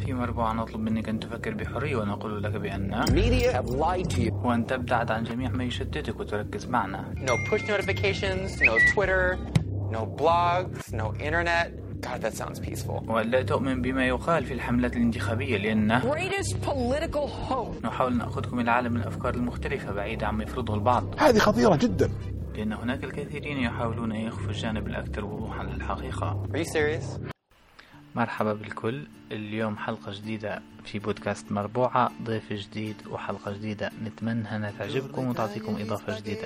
في مربوعة نطلب منك أن تفكر بحرية ونقول لك بأن Media have lied to you. وأن تبتعد عن جميع ما يشتتك وتركز معنا. No push notifications, no Twitter, no blogs, no internet. God, that sounds peaceful. ولا تؤمن بما يقال في الحملات الانتخابية لأن Greatest political hope. نحاول نأخذكم إلى عالم الأفكار المختلفة بعيدة عما يفرضه البعض. هذه خطيرة جدا. لأن هناك الكثيرين يحاولون أن يخفوا الجانب الأكثر وضوحا للحقيقة. Are you serious? مرحبا بالكل. اليوم حلقة جديدة في بودكاست مربوعة، ضيف جديد وحلقة جديدة، نتمنى أنها تعجبكم وتعطيكم إضافة جديدة.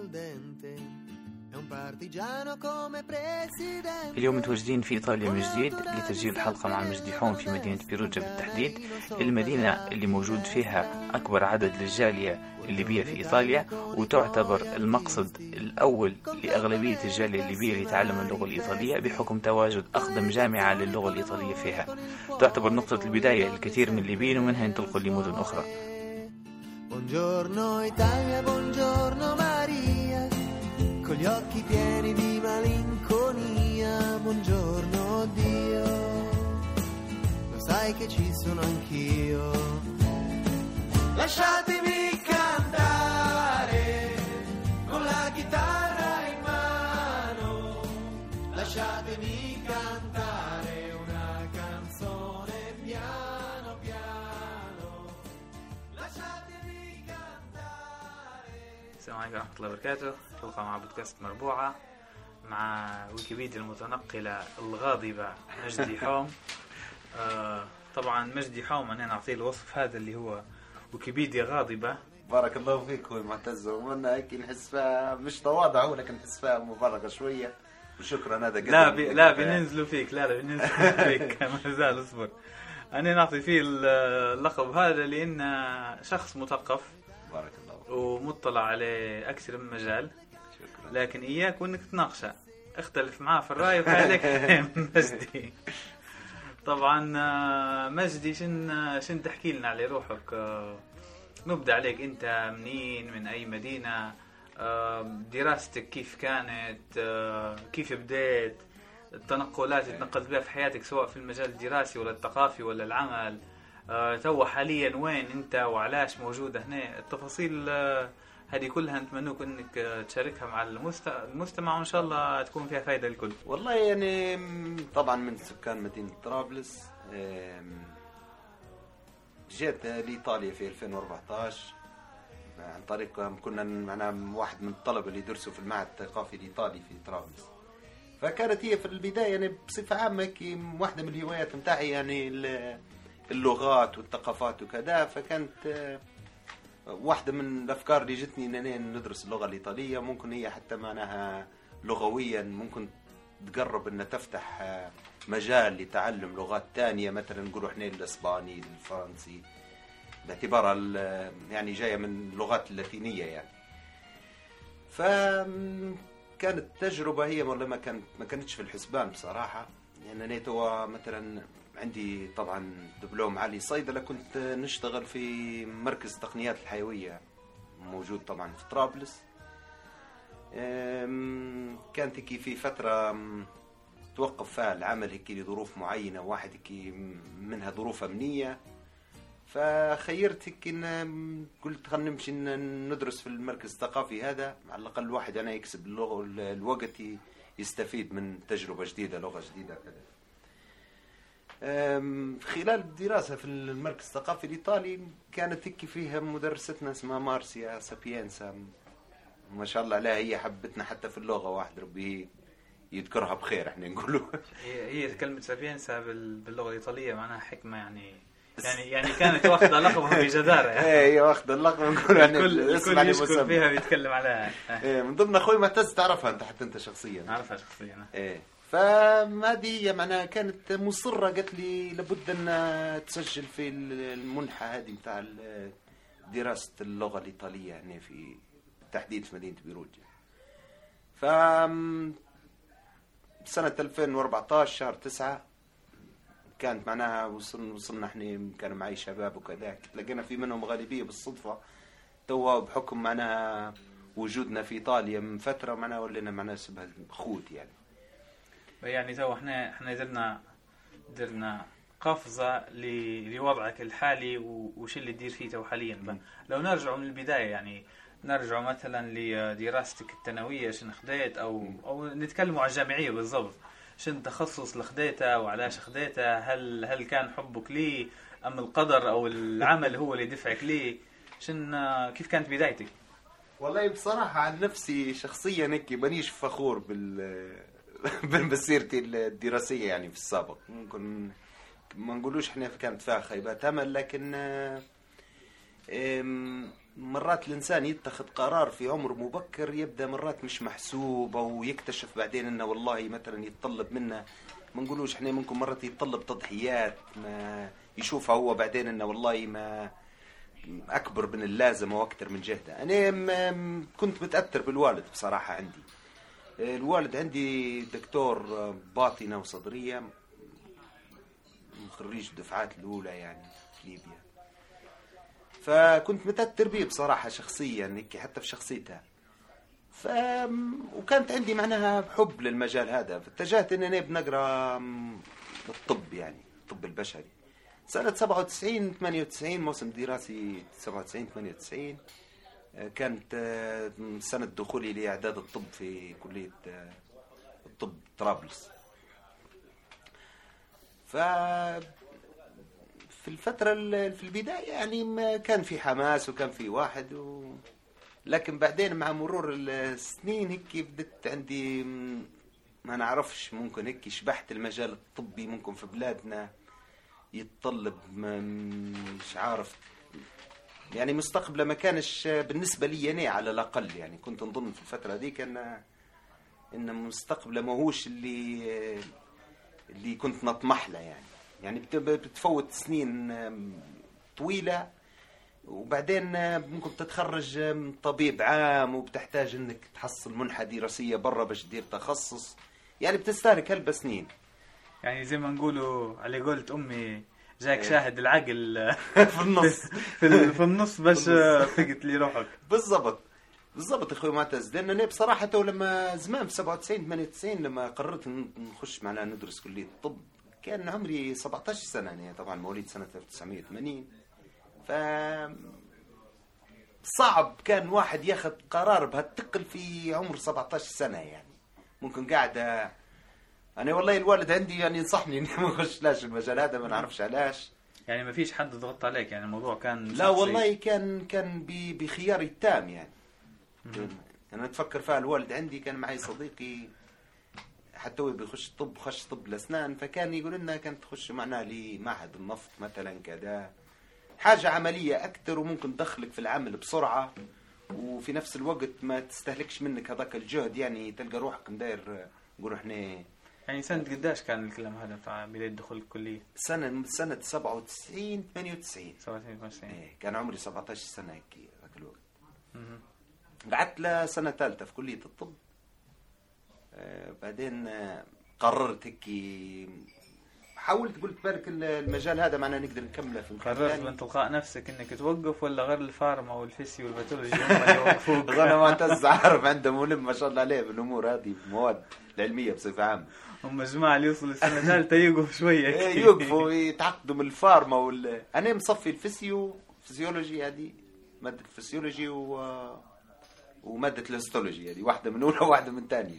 اليوم متواجدين في إيطاليا من جديد لتسجيل الحلقة مع مجدي حوم في مدينة بيروجا بالتحديد، المدينة اللي موجود فيها أكبر عدد للجالية الليبية في إيطاليا، وتعتبر المقصد الأول لأغلبية الجالية الليبية لتعلم اللغة الإيطالية بحكم تواجد أقدم جامعة للغة الإيطالية فيها. تعتبر نقطة البداية للكثير من الليبيين ومنها ينطلقوا لمدن أخرى. Buongiorno Italia, buongiorno Maria, con gli occhi pieni di malinconia, buongiorno Dio, lo sai che ci sono anch'io. Lasciatemi cantare con la chitarra in mano, lasciatemi cantare una canzone piano piano, lasciatemi cantare. السلام عليكم ورحمة الله وبركاته. تلقى مع بودكاست مربوعة مع ويكيبيديا المتنقلة الغاضبة مجدي حوم. طبعا مجدي حوم أنا نعطيه الوصف هذا اللي هو ويكيبيديا غاضبة. بارك الله فيك اخوي معتز، ومن هيك نحس فيها مش تواضع، ولكن نحس فيها مبالغه شويه، وشكرا. هذا لا بننزلوا فيك، لا بننزلوا فيك ما زال اصبر. انا نعطي فيه اللقب هذا لان شخص مثقف، بارك الله، ومطلع عليه اكثر من مجال. شكرا. لكن اياك وانك تناقشه، اختلف معاه في الراي وخليك مجدي. طبعا مجدي شن تحكي لنا على روحك؟ نبدأ عليك، انت منين، من اي مدينة، دراستك كيف كانت، كيف بديت، التنقلات اللي تنقلت بها في حياتك سواء في المجال الدراسي ولا الثقافي ولا العمل، تو حاليا وين انت وعلاش موجودة هنا. التفاصيل هذه كلها نتمنوك انك تشاركها مع المستمع، وان شاء الله تكون فيها فايدة للكل. والله يعني طبعا من سكان مدينة طرابلس، جيت لإيطاليا في 2014 عن طريق كنا معنا واحد من الطلبة اللي يدرسوا في المعهد الثقافي الإيطالي في طرابلس. فكانت هي في البداية يعني بصفة عامة واحدة من الهوايات متاعي يعني اللغات والثقافات وكذا. فكانت واحدة من الأفكار اللي جتني إنني ندرس اللغة الإيطالية، ممكن هي حتى معناها لغويا ممكن تقرب إن تفتح مجال لتعلم لغات تانية، مثلا نقولوا إحنا الإسباني الفرنسي، باعتبارها يعني جاية من اللغات اللاتينية يعني. فكانت تجربة هي والله ما كانتش في الحسبان بصراحة. يعني أنا توا مثلا عندي طبعا دبلوم عالي صيدلة، كنت نشتغل في مركز التقنيات الحيوية موجود طبعا في طرابلس. كانت هيك في فترة توقف فيها العمل هيك لظروف معينة، واحد هيك منها ظروف أمنية. فخيرت هيك قلت خلنا نمشي ندرس في المركز الثقافي هذا، على الأقل الواحد أنا يكسب الوقت يستفيد من تجربة جديدة، لغة جديدة كذا. خلال الدراسة في المركز الثقافي الإيطالي كانت هيك فيها مدرستنا اسمها مارسيا سابينسا، ما شاء الله عليها، هي حبتنا حتى في اللغة، واحد ربي يذكرها بخير احنا نقوله. هي كلمة سابينسا باللغة الإيطالية معناها حكمة، يعني كانت واخدة لقبها بجدارة. هي واخدة اللقب، نقول يعني الكل يشكر فيها بيتكلم عليها. من ضمن أخوي معتز تعرفها أنت، حتى أنت شخصيا. أعرفها شخصيا. فهذه هي معناها كانت مصرة، قالت لي لابد أن تسجل في المنحة هذه متاع دراسة اللغة الإيطالية يعني في تحديد في مدينة بيروجا. ف سنة 2014 شهر 9 كانت معناها وصلنا احنا، كان معي شباب وكذا، لقينا في منهم غالبية بالصدفة توا بحكم معناها وجودنا في إيطاليا من فترة، معناها ولينا معناها سبها خوت يعني. تو احنا درنا قفزة لوضعك الحالي وش اللي تدير فيه تو حاليا. لو نرجع من البداية يعني نرجع مثلا لدراستك الثانوية شن خديت أو نتكلموا على الجامعية بالضبط، شن تخصص اللي خديته وعلاش خديته؟ هل كان حبك ليه أم القدر أو العمل هو اللي دفعك ليه؟ كيف كانت بدايتك؟ والله بصراحة عن نفسي شخصيا هيك مانيش فخور بمسيرتي الدراسية يعني في السابق. ممكن ما نقولوش احنا كانت فيها خيبات امل، لكن مرات الانسان يتخذ قرار في عمر مبكر يبدا مرات مش محسوب، او يكتشف بعدين انه والله مثلا يتطلب منه، ما نقولوش احنا ممكن مرات يتطلب تضحيات ما يشوفها هو بعدين انه والله ما اكبر من اللازم او اكثر من جهده. انا كنت متاثر بالوالد بصراحه. عندي الوالد عندي دكتور باطنه وصدريه، خريج الدفعات الاولى يعني في ليبيا، فكنت متاثر به بصراحه شخصيا هيك حتى في شخصيتها. وكانت عندي معناها حب للمجال هذا، فاتجهت ان انا بنقرا الطب يعني الطب البشري. سنة 97-98 موسم دراسي 97-98 كانت سنة دخولي لإعداد الطب في كلية الطب طرابلس. في الفترة في البداية يعني ما كان في حماس وكان في واحد لكن بعدين مع مرور السنين هيك بدت عندي ما نعرفش، ممكن هيك شبحت المجال الطبي. ممكن في بلادنا يتطلب مش عارف يعني مستقبله ما كانش بالنسبة لي أنا على الأقل، يعني كنت نظن في الفترة هذيك إن مستقبله ما هوش اللي كنت نطمح له يعني بتفوت سنين طويلة وبعدين ممكن تتخرج طبيب عام وبتحتاج انك تحصل منحة دراسية برا باش تدير تخصص، يعني بتستهلك هلبة سنين. يعني زي ما نقولوا على قولة أمي جاك شاهد العقل في النص في النص باش فقت لي روحك. بالضبط اخوي معتز. لان انا بصراحه لما زمان في 97-98 لما قررت نخش معنا ندرس كليه الطب كان عمري 17 سنه، يعني طبعا مواليد سنه 1980. ف صعب كان واحد ياخذ قرار بهالثقل في عمر 17 سنه. يعني ممكن قاعد انا والله الوالد عندي يعني ينصحني اني ما اخش لاش المجال هذا، ما نعرفش علاش. يعني ما فيش حد ضغط عليك؟ يعني الموضوع كان لا والله كان بخياري التام. يعني انا اتفكر فيها الوالد عندي كان معي صديقي حتى هو بيخش طب، خش طب الاسنان، فكان يقول لنا كانت تخش معنا لمعهد النفط مثلا كذا، حاجه عمليه اكثر وممكن تدخلك في العمل بسرعه وفي نفس الوقت ما تستهلكش منك هذاك الجهد، يعني تلقى روحك مداير نقول احنا. يعني سنة قداش كان الكلام هذا بتاع بداية دخول الكلية؟ سنة 97-98. كان عمري 17 سنة هيك ذاك الوقت. قعدت لسنة ثالثة في كلية الطب. بعدين قررت هيك حاولت قلت بالك المجال هذا معنا نقدر نكمله في مكان. قررت من تلقاء نفسك انك توقف ولا غير الفارما والفيسيو والباثولوجي هم اللي يوقفوك؟ انا معتز عارف عنده ملم ما شاء الله عليه بالامور هذه المواد العلميه بصفه عامه. هم جماعه اللي يوصلوا السنه الثالثه يوقفوا شويه يوقفوا يتعقدوا من الفارما انا مصفي فيزيولوجي هذه ماده الفسيولوجي وماده الهيستولوجي هذه واحده من اولى وواحده من ثانيه.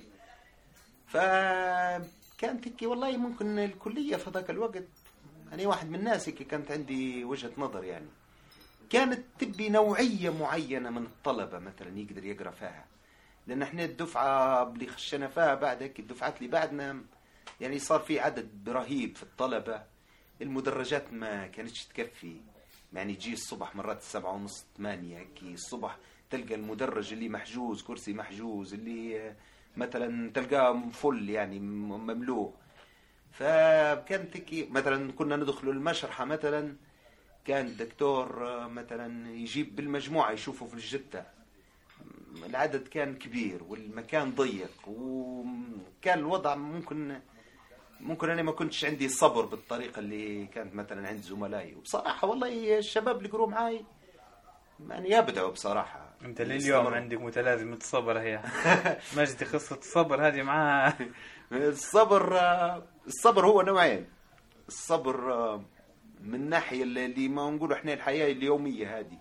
فكانت هيك والله ممكن الكليه في ذاك الوقت انا واحد من الناس هيك كانت عندي وجهه نظر، يعني كانت تبي نوعيه معينه من الطلبه مثلا يقدر يقرا فيها، لان احنا الدفعه اللي خشنا فيها بعد هيك الدفعات اللي بعدنا يعني صار في عدد رهيب في الطلبه، المدرجات ما كانتش تكفي، يعني تجي الصبح مرات 7:30-8 هيك الصبح تلقى المدرج اللي محجوز كرسي محجوز، اللي مثلا تلقاه فل يعني مملوء. فكانت هيك مثلا كنا ندخل المشرحه مثلا كان الدكتور مثلا يجيب بالمجموعه يشوفوا في الجته، العدد كان كبير والمكان ضيق وكان الوضع ممكن أنا ما كنتش عندي الصبر بالطريقة اللي كانت مثلا عند زملائي. وبصراحة والله الشباب اللي قروا معاي يعني يبدعوا بصراحة. أنت لليوم عندك متلازمة الصبر هي مجدي، قصة الصبر هذه معها. الصبر هو نوعين، الصبر من ناحية اللي ما نقول احنا الحياة اليومية هذه،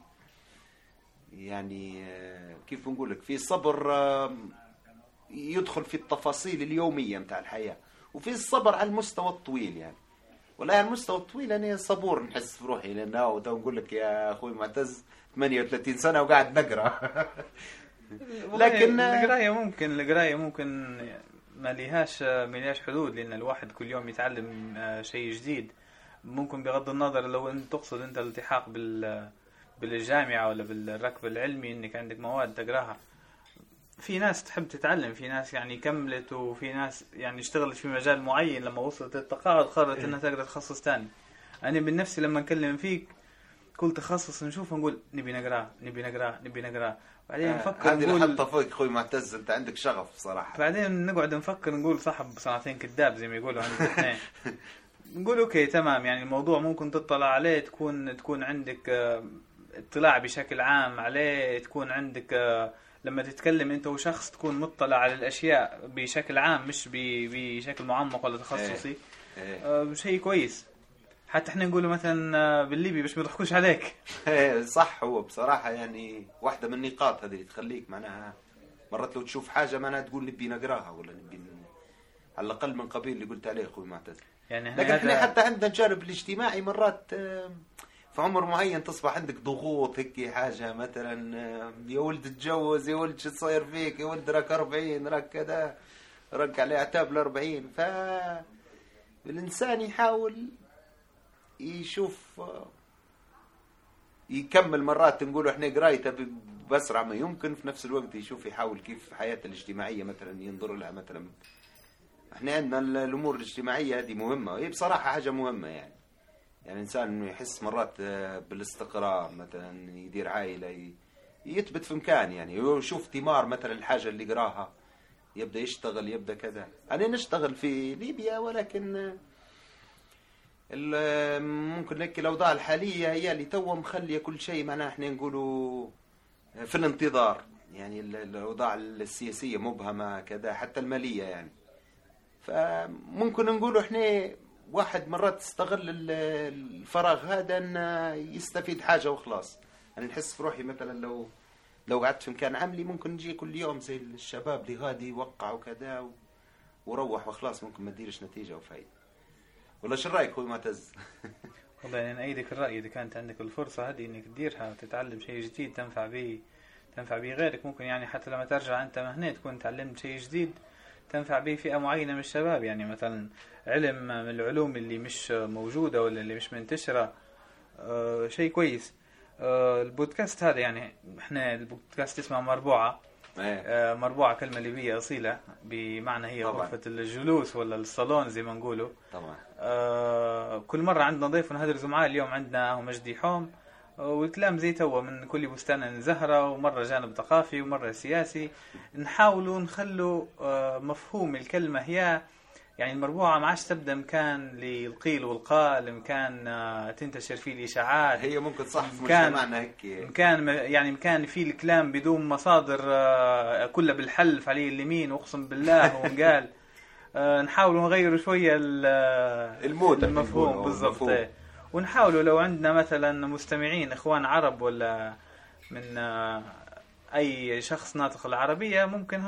يعني كيف نقول لك، في صبر يدخل في التفاصيل اليومية متاع الحياة، وفي الصبر على المستوى الطويل يعني. والله على المستوى الطويل أنا صبور نحس في روحي، لأنه نقول لك يا أخوي معتز 38 سنة وقاعد نقرأ. لكن القراية ممكن ما ليهاش حدود، لأن الواحد كل يوم يتعلم شيء جديد. ممكن بغض النظر لو أنت تقصد أنت الالتحاق بالجامعة ولا بالركب العلمي، أنك عندك مواد تقراها. في ناس تحب تتعلم، في ناس يعني كملت، وفي ناس يعني اشتغلت في مجال معين لما وصلت التقاعد قررت أنها تقدر تخصص تاني. أنا بالنفسي لما نكلم فيك كل تخصص نشوف نقول نبي نقرأ بعدين نفكر هذه نقول الحطة فوق أخوي معتز، أنت عندك شغف صراحة. بعدين نقعد نفكر نقول صاحب صنعتين كذاب زي ما يقولوا عند الاثنين. نقول اوكي تمام، يعني الموضوع ممكن تطلع عليه، تكون عندك اطلاع بشكل عام عليه، تكون عندك لما تتكلم انت وشخص تكون مطلع على الاشياء بشكل عام مش بشكل معمق ولا تخصصي. شيء كويس. حتى احنا نقوله مثلا بالليبي باش ما يضحكوش عليك. صح، هو بصراحة يعني واحدة من النقاط هذه اللي تخليك معناها مرات لو تشوف حاجة معناها تقول نبي نقراها، ولا نبي على الأقل من قبيل اللي قلت عليه أخوي معتز. يعني لكن احنا حتى عندنا الجانب الاجتماعي مرات في عمر معين تصبح عندك ضغوط هيك حاجة مثلا يا ولد تتجوز، يا ولد شو تصير فيك، يا ولد راك 40 راك كذا راك على عتاب 40. فالإنسان يحاول يشوف يكمل مرات نقول احنا قرايته بأسرع ما يمكن، في نفس الوقت يشوف يحاول كيف حياته الاجتماعية مثلا ينظر لها. مثلا احنا عندنا الأمور الاجتماعية هذه مهمة، هي بصراحة حاجة مهمة يعني الإنسان يحس مرات بالاستقرار، مثلا يدير عائلة، يثبت في مكان يعني، يشوف ثمار مثلا الحاجة اللي قراها، يبدأ يشتغل، يبدأ كذا. أنا نشتغل في ليبيا، ولكن ممكن لك الأوضاع الحالية هي اللي تو مخلية كل شيء معناه احنا نقولوا في الانتظار، يعني الأوضاع السياسية مبهمة كذا، حتى المالية يعني. فممكن نقولوا احنا واحد مرات استغل الفراغ هذا ان يستفيد حاجة وخلاص. أنا نحس في روحي مثلا لو قعدت في مكان عملي ممكن نجي كل يوم زي الشباب اللي غادي يوقع وكذا وروح وخلاص، ممكن ما تديرش نتيجة وفايدة. ولا شو رأيك أخوي معتز؟ والله يعني أيدك الرأي، إذا كانت عندك الفرصة هذه إنك تديرها وتتعلم شيء جديد تنفع به غيرك، ممكن يعني حتى لما ترجع أنت مهنة تكون تعلمت شيء جديد تنفع به فئة معينة من الشباب. يعني مثلا علم من العلوم اللي مش موجودة ولا اللي مش منتشرة، شيء كويس. البودكاست هذا يعني احنا البودكاست اسمه مربوعة. مربوعة كلمة ليبية أصيلة، بمعنى هي غرفة الجلوس ولا الصالون زي ما نقوله. طبعا. كل مرة عندنا ضيف ونهدرزوا معاه. اليوم عندنا مجدي حوم، والكلام زي توا من كل بستان زهرة، ومرة جانب ثقافي ومرة سياسي. نحاولوا نخلوا مفهوم الكلمة هي يعني المربوعة ما عادش تبدأ مكان للقيل والقال، مكان تنتشر فيه الإشاعات. هي ممكن صح في مجتمعنا هيك مكان فيه الكلام بدون مصادر، كله بالحلف عليه اليمين وأقسم بالله ونقال. نحاول نغير شوية المفهوم بالضبط. ونحاولوا لو عندنا مثلا مستمعين إخوان عرب ولا من أي شخص ناطق العربية، ممكن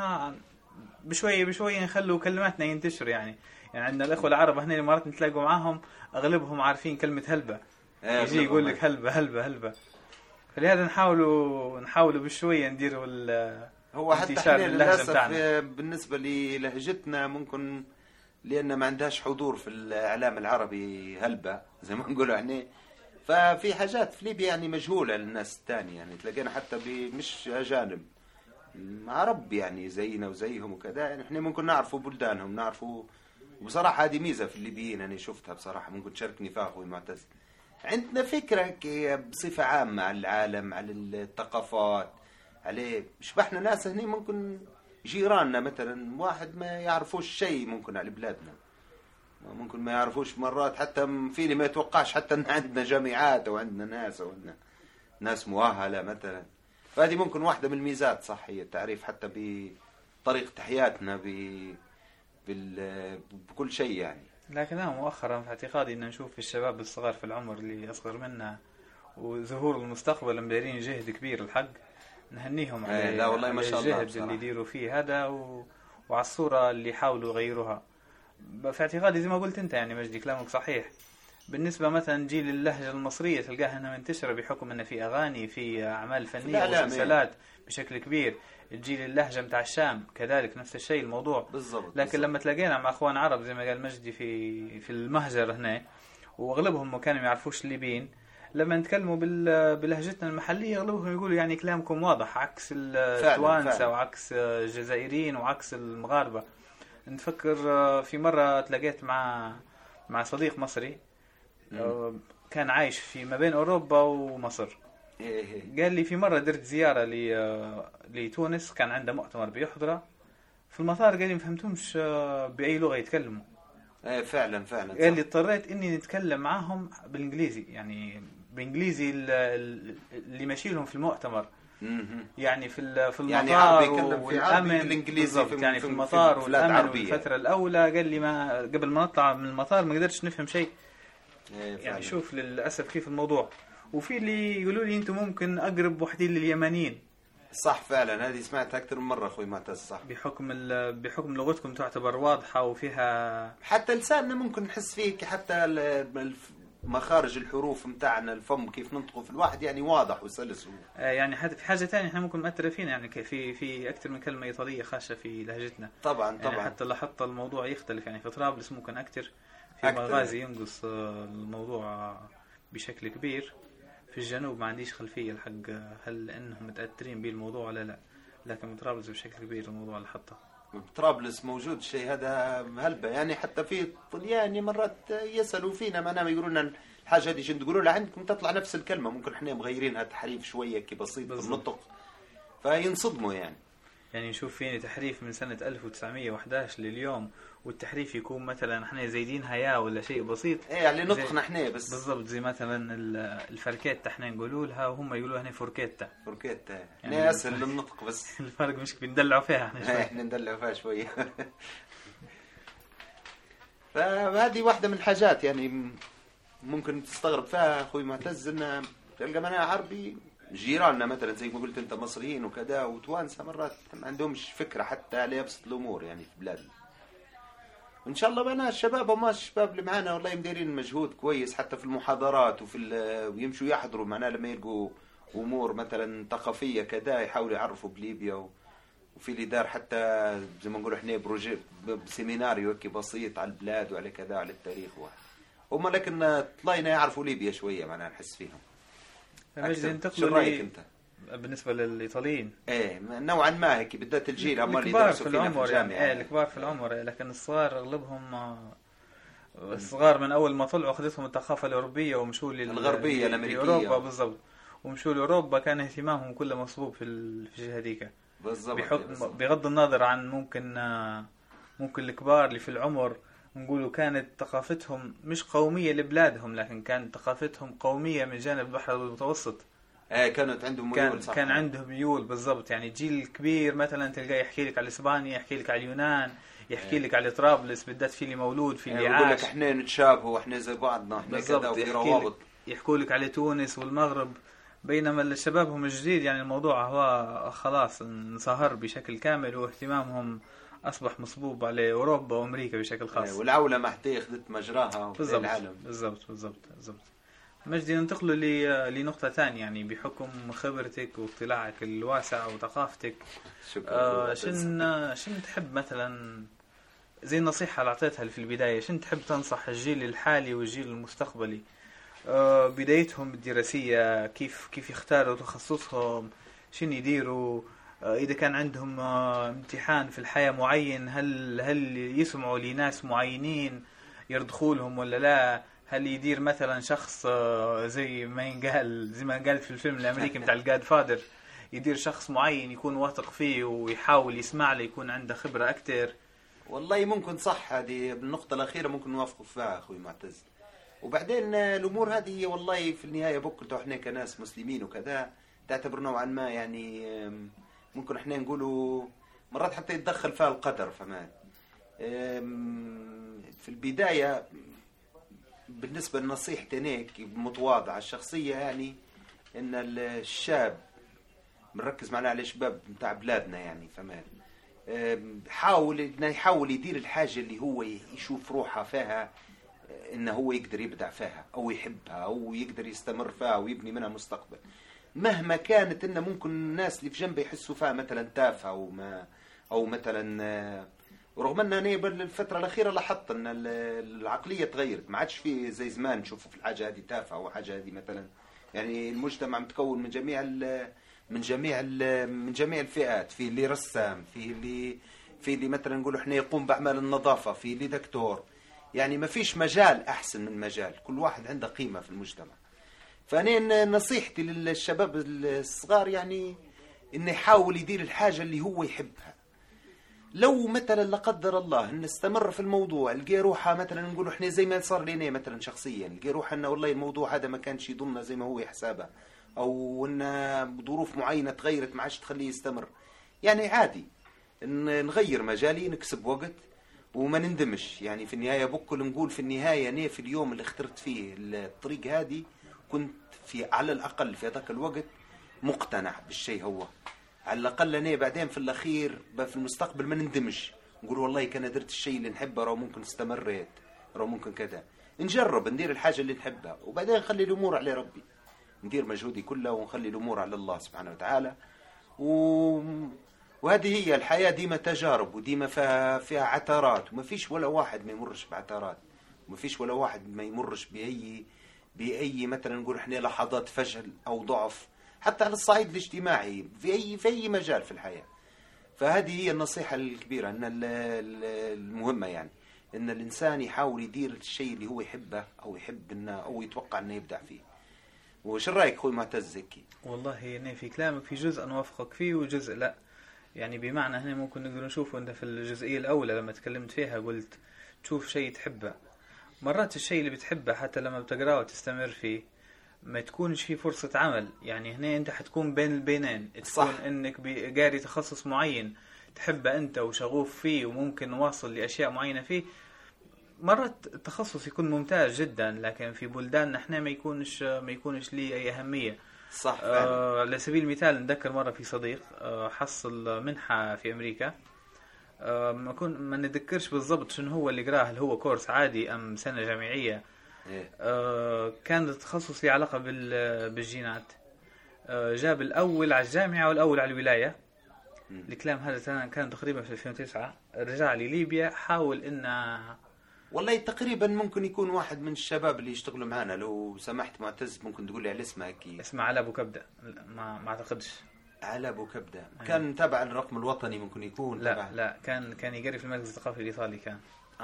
بشوية نخلوا كلماتنا ينتشر. يعني عندنا الأخوة العرب هنا مرات نتلاقوا معاهم أغلبهم عارفين كلمة هلبة، يجي يقول لك هلبة. فلهذا نحاولوا بشوية نديروا هو حتى احنا للأسف بالنسبة للهجتنا ممكن لأن ما عندهاش حضور في الإعلام العربي هلبة زي ما نقولوا يعني. ففي حاجات في ليبيا يعني مجهولة للناس الثانية، يعني تلاقينا حتى مش أجانب عرب يعني زينا وزيهم وكذا، يعني احنا ممكن نعرفوا بلدانهم نعرفوا. وبصراحة هذه ميزة في الليبيين أنا شفتها بصراحة، ممكن تشاركني فيها أخوي معتز. عندنا فكرة بصفة عامة عن العالم، على الثقافات، عليه شبحنا ناس هنا ممكن جيراننا مثلا واحد ما يعرفوش شيء ممكن على بلادنا، ممكن ما يعرفوش مرات حتى في اللي ما يتوقعش حتى ان عندنا جامعات او عندنا ناس او عندنا ناس مؤهلة مثلا. فهذه ممكن واحدة من الميزات صح، هي التعريف حتى بطريقة حياتنا بكل شيء يعني. لكن أنا مؤخرا في اعتقادي أن نشوف الشباب الصغار في العمر اللي أصغر منا وظهور المستقبل مديرين جهد كبير الحق، نهنيهم على لا والله ما شاء الله الجهد بصراحة. اللي يديروا فيه هذا وعلى الصورة اللي يحاولوا يغيروها. في اعتقادي زي ما قلت أنت يعني مجدي كلامك صحيح. بالنسبة مثلا جيل اللهجة المصرية تلقاها أنها منتشرة بحكم أن في أغاني في أعمال فنية ومسلسلات بشكل كبير. الجيل اللهجة متاع الشام كذلك نفس الشيء الموضوع بالضبط. لكن بالزبط. لما تلاقينا مع أخوان عرب زي ما قال مجدي في المهجر هنا وأغلبهم ما كانوا يعرفوش الليبيين، لما نتكلموا بلهجتنا المحلية أغلبهم يقولوا يعني كلامكم واضح عكس التوانسة وعكس الجزائريين وعكس المغاربة. نفكر في مرة تلاقيت مع صديق مصري كان عايش في ما بين أوروبا ومصر. قال لي في مرة درت زيارة لتونس، كان عنده مؤتمر بيحضره في المطار، قال لي ما فهمتهمش بأي لغة يتكلموا. فعلا قال لي اضطريت إني نتكلم معهم بالإنجليزي، يعني بإنجليزي اللي ماشي لهم في المؤتمر. يعني في المطار يعني والأمن يعني في المطار والأمن والفترة الأولى قال لي ما قبل ما نطلع من المطار ما قدرتش نفهم شيء. يعني شوف للأسف كيف الموضوع. وفي اللي يقولوا لي أنتم ممكن أقرب وحدين لليمنيين. صح فعلا، هذه سمعتها أكثر من مرة أخوي معتز. صح، بحكم لغتكم تعتبر واضحة وفيها حتى لساننا ممكن نحس فيه، حتى مخارج الحروف متاعنا الفم كيف ننطقه في الواحد يعني واضح وسلس. يعني في حاجة تانية احنا ممكن مأثرة فينا، يعني في أكثر من كلمة إيطالية خاصة في لهجتنا. طبعا يعني حتى لاحظت الموضوع يختلف، يعني في طرابلس ممكن أكثر، في مغازي ينقص الموضوع بشكل كبير. في الجنوب ما عنديش خلفية الحق هل أنهم متأثرين بالموضوع ولا لا، لكن طرابلس بشكل كبير الموضوع لحظة. طرابلس موجود الشيء هذا هلبة، يعني حتى في طلياني مرات يسألوا فينا معنا يقولوا لنا الحاجة هذه شنو تقولوا لها، عندكم تطلع نفس الكلمة، ممكن احنا مغيرينها تحريف شوية كي بسيط في النطق فينصدموا. يعني نشوف فيني تحريف من سنة 1911 لليوم، والتحريف يكون مثلا احنا زايدينها يا ولا شيء بسيط يعني نطقنا احنا بس بالضبط، زي مثلا الفركيتا احنا نقولوا لها وهم يقولوا هنا فوركيتا يعني اسهل للنطق بس الفرق مش بندلعوا فيها احنا ندلعوا فيها شويه. فهذه واحده من الحاجات يعني ممكن تستغرب فيها اخوي معتز، ان تلقى منها عربي جيراننا مثلا زي ما قلت انت مصريين وكذا وتوانسه مرات ما عندهمش فكره حتى على ابسط الامور يعني في بلادنا. ان شاء الله بنا الشباب وما الشباب اللي معانا والله مديرين مجهود كويس حتى في المحاضرات ويمشوا يحضروا معنا لما يلقوا امور مثلا ثقافيه كذا يحاولوا يعرفوا بليبيا. وفي اللي دار حتى زي ما نقولوا احنا بروجي بسيميناريو هيك بسيط على البلاد وعلى كذا على التاريخ هم، لكن طلعنا يعرفوا ليبيا شويه معناها نحس فيهم. شو رايك انت بالنسبه للايطاليين؟ نوعا ما هيك بالذات الجيل هم اللي يدرسوا فينا في الجامعه يعني الكبار في العمر، لكن الصغار اغلبهم الصغار من اول ما طلعوا اخذتهم الثقافه الاوروبيه ومشوا الغربيه الامريكيه اوروبا بالضبط، ومشوا لاوروبا كان اهتمامهم كله مصبوب في الجهه هذيك بالضبط. بغض النظر عن ممكن الكبار اللي في العمر نقولوا كانت ثقافتهم مش قوميه لبلادهم، لكن كانت ثقافتهم قوميه من جانب البحر المتوسط. كانت عندهم ميول صح، كان عندهم ميول بالضبط. يعني جيل كبير مثلا تلقاه يحكي لك على اسبانيا، يحكي لك على اليونان، يحكي لك على طرابلس بالذات، في اللي مولود في اللي عاش، يقول لك احنا نتشابه واحنا زي بعضنا احنا كذا وفي روابط. يحكوا لك على تونس والمغرب، بينما الشباب هم جديد يعني الموضوع هو خلاص انصهر بشكل كامل واهتمامهم أصبح مصبوب على أوروبا وأمريكا بشكل خاص. والعولمة حتى أخذت مجراها في العالم. بالضبط. مجدي ننتقل لنقطة ثانية، يعني بحكم خبرتك واطلاعك الواسع وثقافتك، شن تحب مثلا زي النصيحة اللي أعطيتها في البداية، شن تحب تنصح الجيل الحالي والجيل المستقبلي بدايتهم الدراسية، كيف يختاروا تخصصهم، شن يديروا، إذا كان عندهم امتحان في الحياة معين هل يسمعوا لناس معينين يرضخوا لهم ولا لا، هل يدير مثلا شخص زي ما قال في الفيلم الأمريكي بتاع الجاد فادر، يدير شخص معين يكون واثق فيه ويحاول يسمع له يكون عنده خبرة أكتر. والله ممكن صح، هذه النقطة الأخيرة ممكن نوافق فيها أخوي معتز. وبعدين الأمور هذه والله في النهاية بكرة احنا كناس مسلمين وكذا تعتبر نوعا ما يعني ممكن احنا نقولوا مرات حتى يتدخل فيها القدر، فما في البداية بالنسبة لنصيحتي هيك متواضعة الشخصية، يعني إن الشاب بنركز معنا على الشباب متاع بلادنا يعني، فما يحاول يدير الحاجة اللي هو يشوف روحه فيها إنه هو يقدر يبدع فيها أو يحبها أو يقدر يستمر فيها ويبني منها مستقبل، مهما كانت إنه ممكن الناس اللي في جنبه يحسوا فيها مثلا تافهة أو مثلا. ورغم أن أنا بالفترة الأخيرة لاحظت أن العقلية تغيرت، ما عادش فيه زي زمان نشوفوا في الحاجة هذه تافهة أو حاجة هذه مثلا، يعني المجتمع متكون من جميع الفئات، في اللي رسام، في اللي مثلا نقولوا احنا يقوم بأعمال النظافة، في اللي دكتور، يعني ما فيش مجال أحسن من مجال، كل واحد عنده قيمة في المجتمع. فأنا نصيحتي للشباب الصغار يعني إنه يحاول يدير الحاجة اللي هو يحبها. لو مثلا لا قدر الله إن استمر في الموضوع لقى روحه مثلا نقولوا احنا زي ما صار لنا مثلا شخصيا، لقى روحه إنه والله الموضوع هذا ما كانش يضمنا زي ما هو يحسبه، أو إن ظروف معينة تغيرت ما عادش تخليه يستمر، يعني عادي إن نغير مجالي نكسب وقت وما نندمش. يعني في النهاية بكل نقول في النهاية أنا في اليوم اللي اخترت فيه الطريق هذه كنت على الأقل في ذاك الوقت مقتنع بالشيء، هو على الأقل أنا بعدين في الأخير في المستقبل ما نندمش، نقول والله كان درت الشيء اللي نحبه، راه ممكن استمريت، راه ممكن كذا، نجرب ندير الحاجة اللي نحبها وبعدين نخلي الأمور على ربي، ندير مجهودي كله ونخلي الأمور على الله سبحانه وتعالى. وهذه هي الحياة، ديما تجارب وديما فيها عثرات، وما فيش ولا واحد ما يمرش بعثرات، وما فيش ولا واحد ما يمرش بأي مثلا نقول احنا لحظات فشل أو ضعف، حتى على الصعيد الاجتماعي في أي مجال في الحياة. فهذه هي النصيحة الكبيرة، أن المهمة يعني أن الإنسان يحاول يدير الشيء اللي هو يحبه أو يحب إنه أو يتوقع إنه يبدع فيه. وش رأيك أخوي معتز زكي؟ والله هنا في كلامك في جزء أنا وافقك فيه وجزء لا، يعني بمعنى هنا ممكن نقدر نشوفه أنت في الجزئية الأولى لما تكلمت فيها قلت تشوف شيء تحبه، مرات الشيء اللي بتحبه حتى لما بتقرأه وتستمر فيه ما تكونش فيه فرصة عمل، يعني هنا أنت حتكون بين البينين، تكون أنك قاري تخصص معين تحبه أنت وشغوف فيه وممكن واصل لأشياء معينة فيه، مرات التخصص يكون ممتاز جدا لكن في بلداننا احنا ما يكونش ليه أي أهمية. صح. على سبيل المثال نذكر مرة في صديق حصل منحة في أمريكا، ما نذكرش بالضبط شنو هو اللي قراه، هل هو كورس عادي أم سنة جامعية، كان التخصص له علاقة بالجينات، جاب الأول على الجامعة والأول على الولاية. الكلام هذا كان تقريبا في 2009، رجع لليبيا حاول إنه والله تقريبا ممكن يكون واحد من الشباب اللي يشتغلوا معنا، لو سمحت معتز ممكن تقول لي على اسمه أكيد. اسمه على أبو كبدة، ما أعتقدش. على أبو كبدة كان تابع الرقم الوطني ممكن يكون. لا كان يقري في المركز الثقافي الإيطالي، كان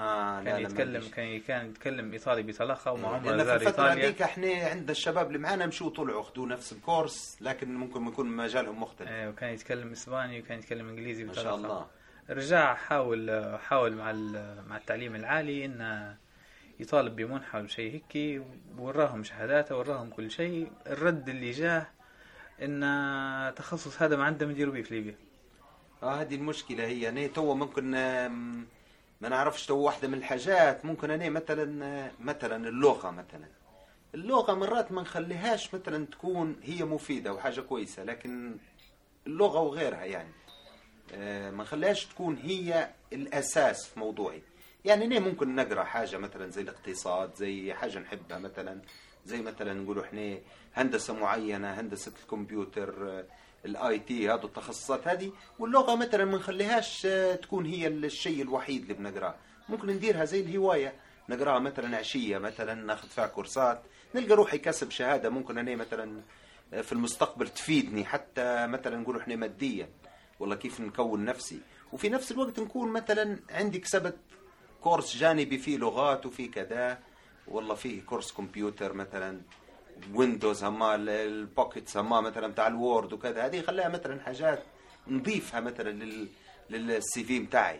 كان يتكلم إيطالي بطلاقة ومعاملة زار إيطاليا. الفترة هذيك احنا عند الشباب اللي معنا مشوا طلعوا أخذوا نفس الكورس لكن ممكن يكون مجالهم مختلف. وكان يتكلم إسباني وكان يتكلم إنجليزي بطلاقة. ما شاء الله. رجع حاول مع التعليم العالي إنه يطالب بمنحة ولا شيء هيك، وراهم شهاداته وراهم كل شيء، الرد اللي جاه إن تخصص هذا ما عنده مدير بيه في ليبيا. هذه المشكلة هي أنا تو ممكن ما نعرفش تو واحدة من الحاجات ممكن أنا مثلا اللغة مرات ما نخليهاش مثلا تكون هي مفيدة وحاجة كويسة، لكن اللغة وغيرها يعني ما نخليهاش تكون هي الأساس في موضوعي. يعني أنا ممكن نقرأ حاجة مثلا زي الاقتصاد، زي حاجة نحبها مثلا، زي مثلا نقولوا إحنا هندسة معينة، هندسة الكمبيوتر، الاي تي، هذا التخصصات هذه، واللغة مثلا ما نخليهاش تكون هي الشيء الوحيد اللي بنقراه، ممكن نديرها زي الهواية، نقراها مثلا عشية مثلا ناخذ فيها كورسات، نلقى روحي كسب شهادة ممكن أنا مثلا في المستقبل تفيدني حتى مثلا نقول إحنا ماديا، والله كيف نكون نفسي، وفي نفس الوقت نكون مثلا عندي كسبت كورس جانبي فيه لغات وفيه كذا، والله فيه كورس كمبيوتر مثلا ويندوز هما البوكيتس هما مثلا بتاع الوورد وكذا، هذه خليها مثلا حاجات نضيفها مثلا للسي في متاعي.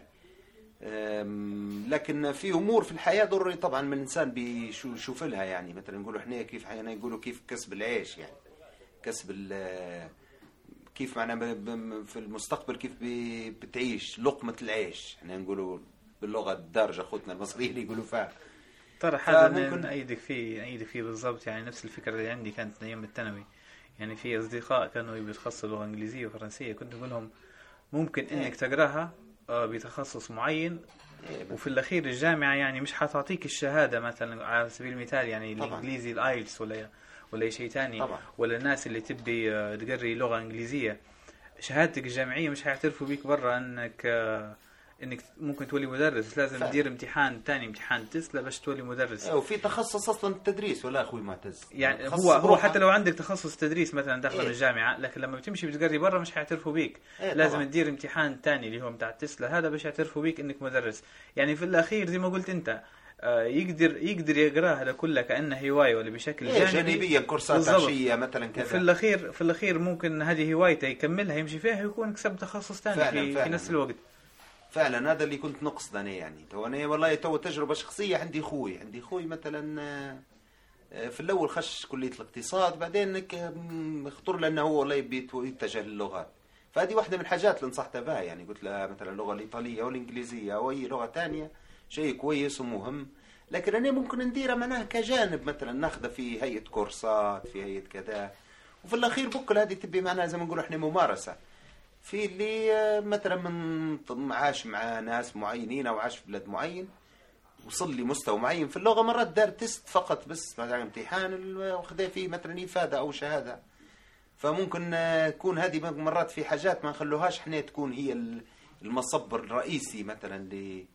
لكن في امور في الحياه ضروري طبعا من الانسان بيشوف لها، يعني مثلا نقولوا احنا كيف حينا يقولوا كيف كسب العيش، يعني كسب كيف معنا في المستقبل كيف بتعيش لقمه العيش، احنا نقولوا باللغة الدارجة خوتنا المصريين اللي يقولوا فيها. ترى هذا نأيدك فيه بالضبط. يعني نفس الفكرة اللي عندي كانت أيام الثانوي. يعني في أصدقاء كانوا يتخصصوا لغة إنجليزية وفرنسية، كنت أقول لهم ممكن إنك تقراها بتخصص معين، وفي الأخير الجامعة يعني مش حتعطيك الشهادة مثلا على سبيل المثال يعني طبعاً. الإنجليزي الآيلتس ولا شيء تاني طبعاً. ولا الناس اللي تبي تقري لغة إنجليزية، شهادتك الجامعية مش هيعترفوا بيك برا انك ممكن تولي مدرس. لازم فعلا. تدير امتحان تاني، امتحان تسلا باش تولي مدرس. وفي تخصص اصلا التدريس ولا اخوي معتز، يعني هو حتى لو عندك تخصص تدريس مثلا داخل الجامعة، لكن لما بتمشي بتقري برا مش هيعترفوا بيك. لازم طبعا. تدير امتحان تاني اللي هو بتاع تسلا هذا باش يعترفوا بيك انك مدرس. يعني في الاخير زي ما قلت انت يقدر يقراه هذا كله كأنه هواية ولا بشكل جانبيا كورسات عشية مثلا كذا. في الأخير ممكن هذه هوايته يكملها يمشي فيها ويكون كسب تخصص ثاني في نفس الوقت. فعلا هذا اللي كنت نقصد أنا. يعني أنا والله تجربة شخصية. عندي خوي مثلا في الأول خش كلية الاقتصاد، بعدين خطر له أنه هو والله يتجه للغات. فهذه واحدة من الحاجات اللي نصحته بها. يعني قلت له مثلا اللغة الإيطالية أو الإنجليزية أو أي لغة تانية شيء كويس ومهم، لكن أنا ممكن نديره معناها كجانب، مثلا ناخذه في هيئة كورسات في هيئة كذا. وفي الأخير بكل هذه تبي معناها زي ما نقول إحنا ممارسة. في اللي مثلا من عاش مع ناس معينين أو عاش في بلد معين وصل لي مستوى معين في اللغة، مرات دار تست فقط بس مثلا امتحان وخذ فيه مثلا إفادة أو شهادة. فممكن تكون هذه مرات في حاجات ما نخلوهاش احنا تكون هي المصب الرئيسي مثلا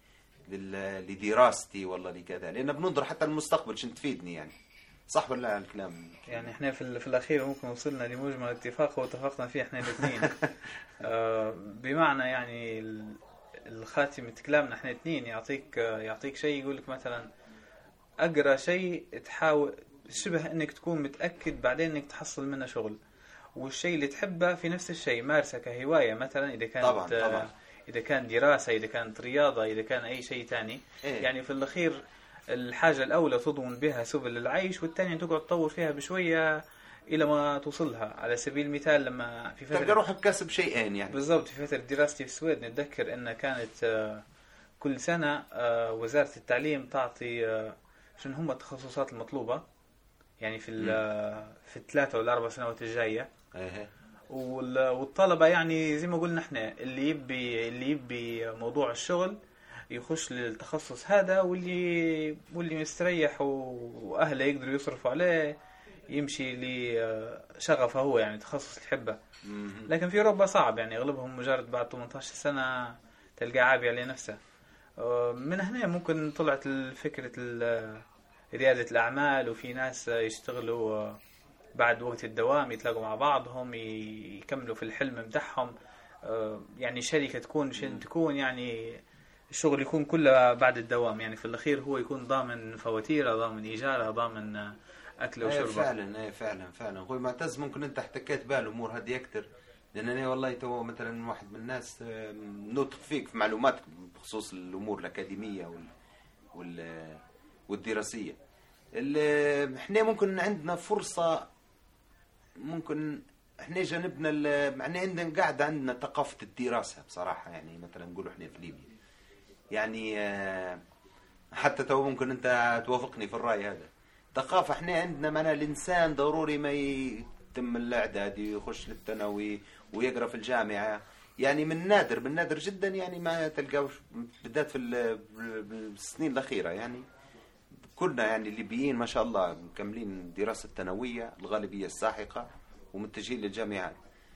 لدراستي والله لكذا، لأن بننظر حتى المستقبل شن تفيدني. يعني صح ولا الكلام؟ يعني احنا في الأخير ممكن وصلنا لمجمل اتفاق واتفقنا فيه احنا الاثنين. بمعنى يعني الخاتمة كلامنا احنا الاثنين يعطيك شيء، يقولك مثلا اقرأ شيء تحاول شبه انك تكون متأكد بعدين انك تحصل منه شغل، والشيء اللي تحبه في نفس الشيء مارسه كهواية مثلا، إذا كانت طبعا. إذا كان دراسة، إذا كانت رياضة، إذا كان أي شيء تاني. يعني في الأخير الحاجة الأولى تضمن بها سبل العيش، والثانية تقعد تطور فيها بشوية إلى ما توصلها. على سبيل المثال لما في فترة تلقى روحك كسب شيئين يعني. بالضبط. في فترة دراستي في السويد نتذكر أن كانت كل سنة وزارة التعليم تعطي شنو هم التخصصات المطلوبة يعني في الثلاثة ولا 4 سنوات الجاية. والطلبة يعني زي ما قلنا احنا اللي يبي موضوع الشغل يخش للتخصص هذا، واللي مستريح واهله يقدروا يصرفوا عليه يمشي لشغفه هو، يعني تخصص يحبه. لكن في اوروبا صعب، يعني اغلبهم مجرد بعد 18 سنة تلقى عابي على نفسه. من هنا ممكن طلعت فكرة ريادة الأعمال، وفي ناس يشتغلوا بعد وقت الدوام يتلاقوا مع بعضهم يكملوا في الحلم متاعهم. يعني شركة تكون يعني الشغل يكون كله بعد الدوام، يعني في الأخير هو يكون ضامن فواتيره، ضامن إيجاره، ضامن أكله وشربه. فعلا أخوي معتز ممكن أنت احتكيت بالأمور هذه أكتر، لأن أنا والله تو مثلا واحد من الناس نوثق فيك في معلوماتك بخصوص الأمور الأكاديمية والدراسية. احنا ممكن عندنا فرصة، ممكن احنا جانبنا معناه عندنا ثقافة الدراسة بصراحة. يعني مثلا نقولوا احنا في ليبيا يعني حتى تو ممكن انت توافقني في الرأي هذا، ثقافة احنا عندنا معناه الانسان ضروري ما يتم الاعدادي ويخش للثانوي ويقرأ في الجامعة. يعني من نادر جدا يعني ما تلقاوش، بالذات في السنين الأخيرة يعني كلنا يعني الليبيين ما شاء الله مكملين دراسة ثانوية الغالبية الساحقة ومتجهين للجامعات.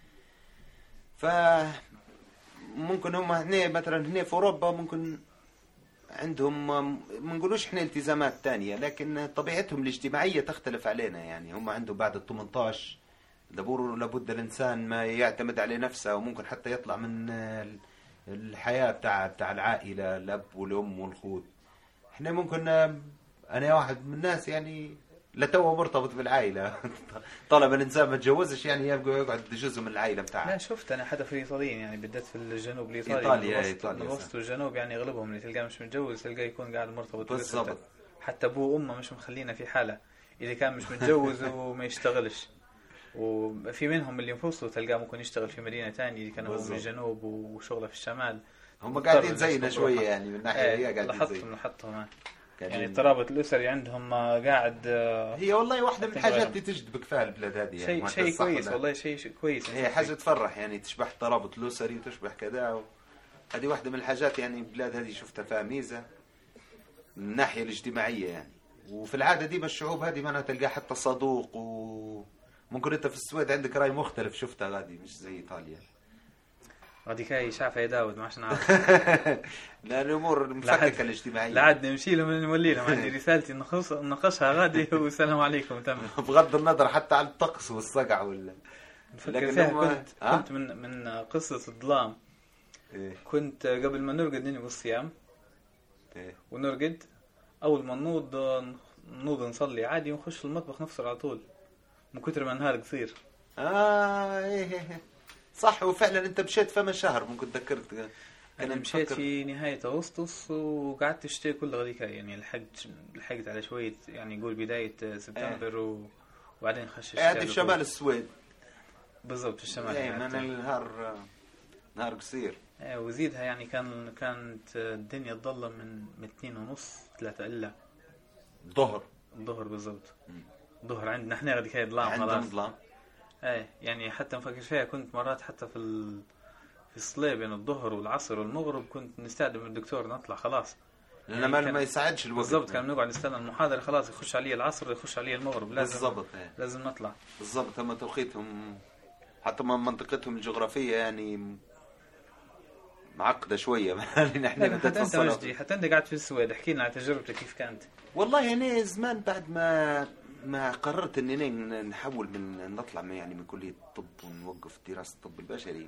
فممكن هم هنا مثلا هنا في أوروبا ممكن عندهم ما نقولوش احنا التزامات تانية، لكن طبيعتهم الاجتماعية تختلف علينا. يعني هم عندهم بعد 18 لابد الإنسان ما يعتمد على نفسه، وممكن حتى يطلع من الحياة بتاع العائلة، الأب والأم والخوت. احنا ممكن أنا واحد من الناس يعني لتوه مرتبط بالعائلة. طالما الإنسان ما تجوزش يعني يبقى يقعد جزء من العائلة بتاعه. لا شفت أنا حتى في الإيطاليين يعني بالذات في الجنوب الإيطالي الوسط والجنوب، يعني أغلبهم اللي تلقاه مش متجوز تلقاه يكون قاعد مرتبط بالضبط. حتى أبوه وأمه مش مخلينا في حالة إذا كان مش متجوز وما يشتغلش. وفي منهم اللي انفصلوا تلقاه ممكن يشتغل في مدينة تانية إذا كان هو من الجنوب وشغله في الشمال، هم قاعدين زينا شويه يعني من ناحيه هي قاعدين زي لاحظتهم يعني الترابط الاسري عندهم قاعد. هي والله واحده من الحاجات اللي تجذبك فيها البلاد هذه يعني شيء كويس والله شيء كويس. هي حاجه تفرح يعني تشبه الترابط الاسري وتشبه كذا هذه واحده من الحاجات يعني البلاد هذه شفتها فيها ميزه من الناحيه الاجتماعيه يعني. وفي العاده ديما الشعوب هذه معناتها تلقى حتى صدوق وممكن انت في السويد عندك راي مختلف شفتها غادي مش زي ايطاليا. غادي كاي شافه يا داود ما عادش نعرف. لا الامور مفككه الاجتماعيه. لا عاد نمشي له نولي له عندي رسالتي نناقشها غادي والسلام عليكم تم. بغض النظر حتى على الطقس والصقع ولا لكن كنت من قصه الظلام. كنت قبل ما نرقد ننوي الصيام ونرقد اول ما نوض نصلي عادي ونخش المطبخ نفطر على طول من كثر ما النهار قصير. ايه صح. وفعلا انت مشيت فما شهر ممكن تذكرت. انا مشيت في نهايه اغسطس وقعدت الشتاء كله غاديك يعني لحقت على شويه يعني يقول بدايه سبتمبر وبعدين خش الشتاء. هذه في شمال السويد بالضبط في الشمال. من النهار نهار قصير. وزيدها يعني كانت الدنيا تظلم من 2:30 3 الا الظهر بالضبط. الظهر عندنا احنا غادي كاي ظلام خلاص. يعني حتى نفكر فيها كنت مرات حتى في الصلاه بين الظهر والعصر والمغرب كنت نستأذن من الدكتور نطلع خلاص لأن يعني ما يساعدش الوقت بالضبط. كان نقعد نستنى المحاضره خلاص يخش عليه العصر يخش عليه المغرب لازم بالضبط لازم نطلع بالضبط. هم توقيتهم حتى منطقتهم الجغرافيه يعني معقده شويه. نحن حتى انت قاعد في السويد احكي لنا عن تجربتك كيف كانت. والله يعني زمان بعد ما قررت اني نحول من نطلع يعني من كليه الطب ونوقف دراسه الطب البشري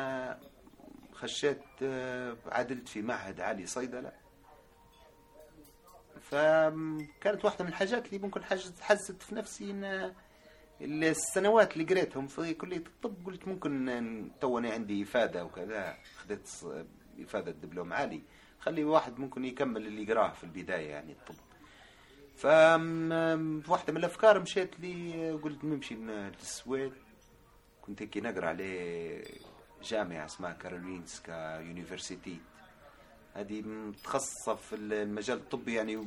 خشيت عدلت في معهد عالي صيدله. فكانت واحده من الحاجات اللي ممكن حزت في نفسي ان السنوات اللي قريتهم في كليه الطب قلت ممكن توني عندي افاده وكذا خدت افاده دبلوم عالي خلي واحد ممكن يكمل اللي قراه في البدايه يعني الطب. فواحدة من الأفكار مشيت لي قلت نمشي للسويد. كنت هيك نقرأ عليه جامعة اسمها كارولينسكا يونيفرسيتي هذه متخصصة في المجال الطبي يعني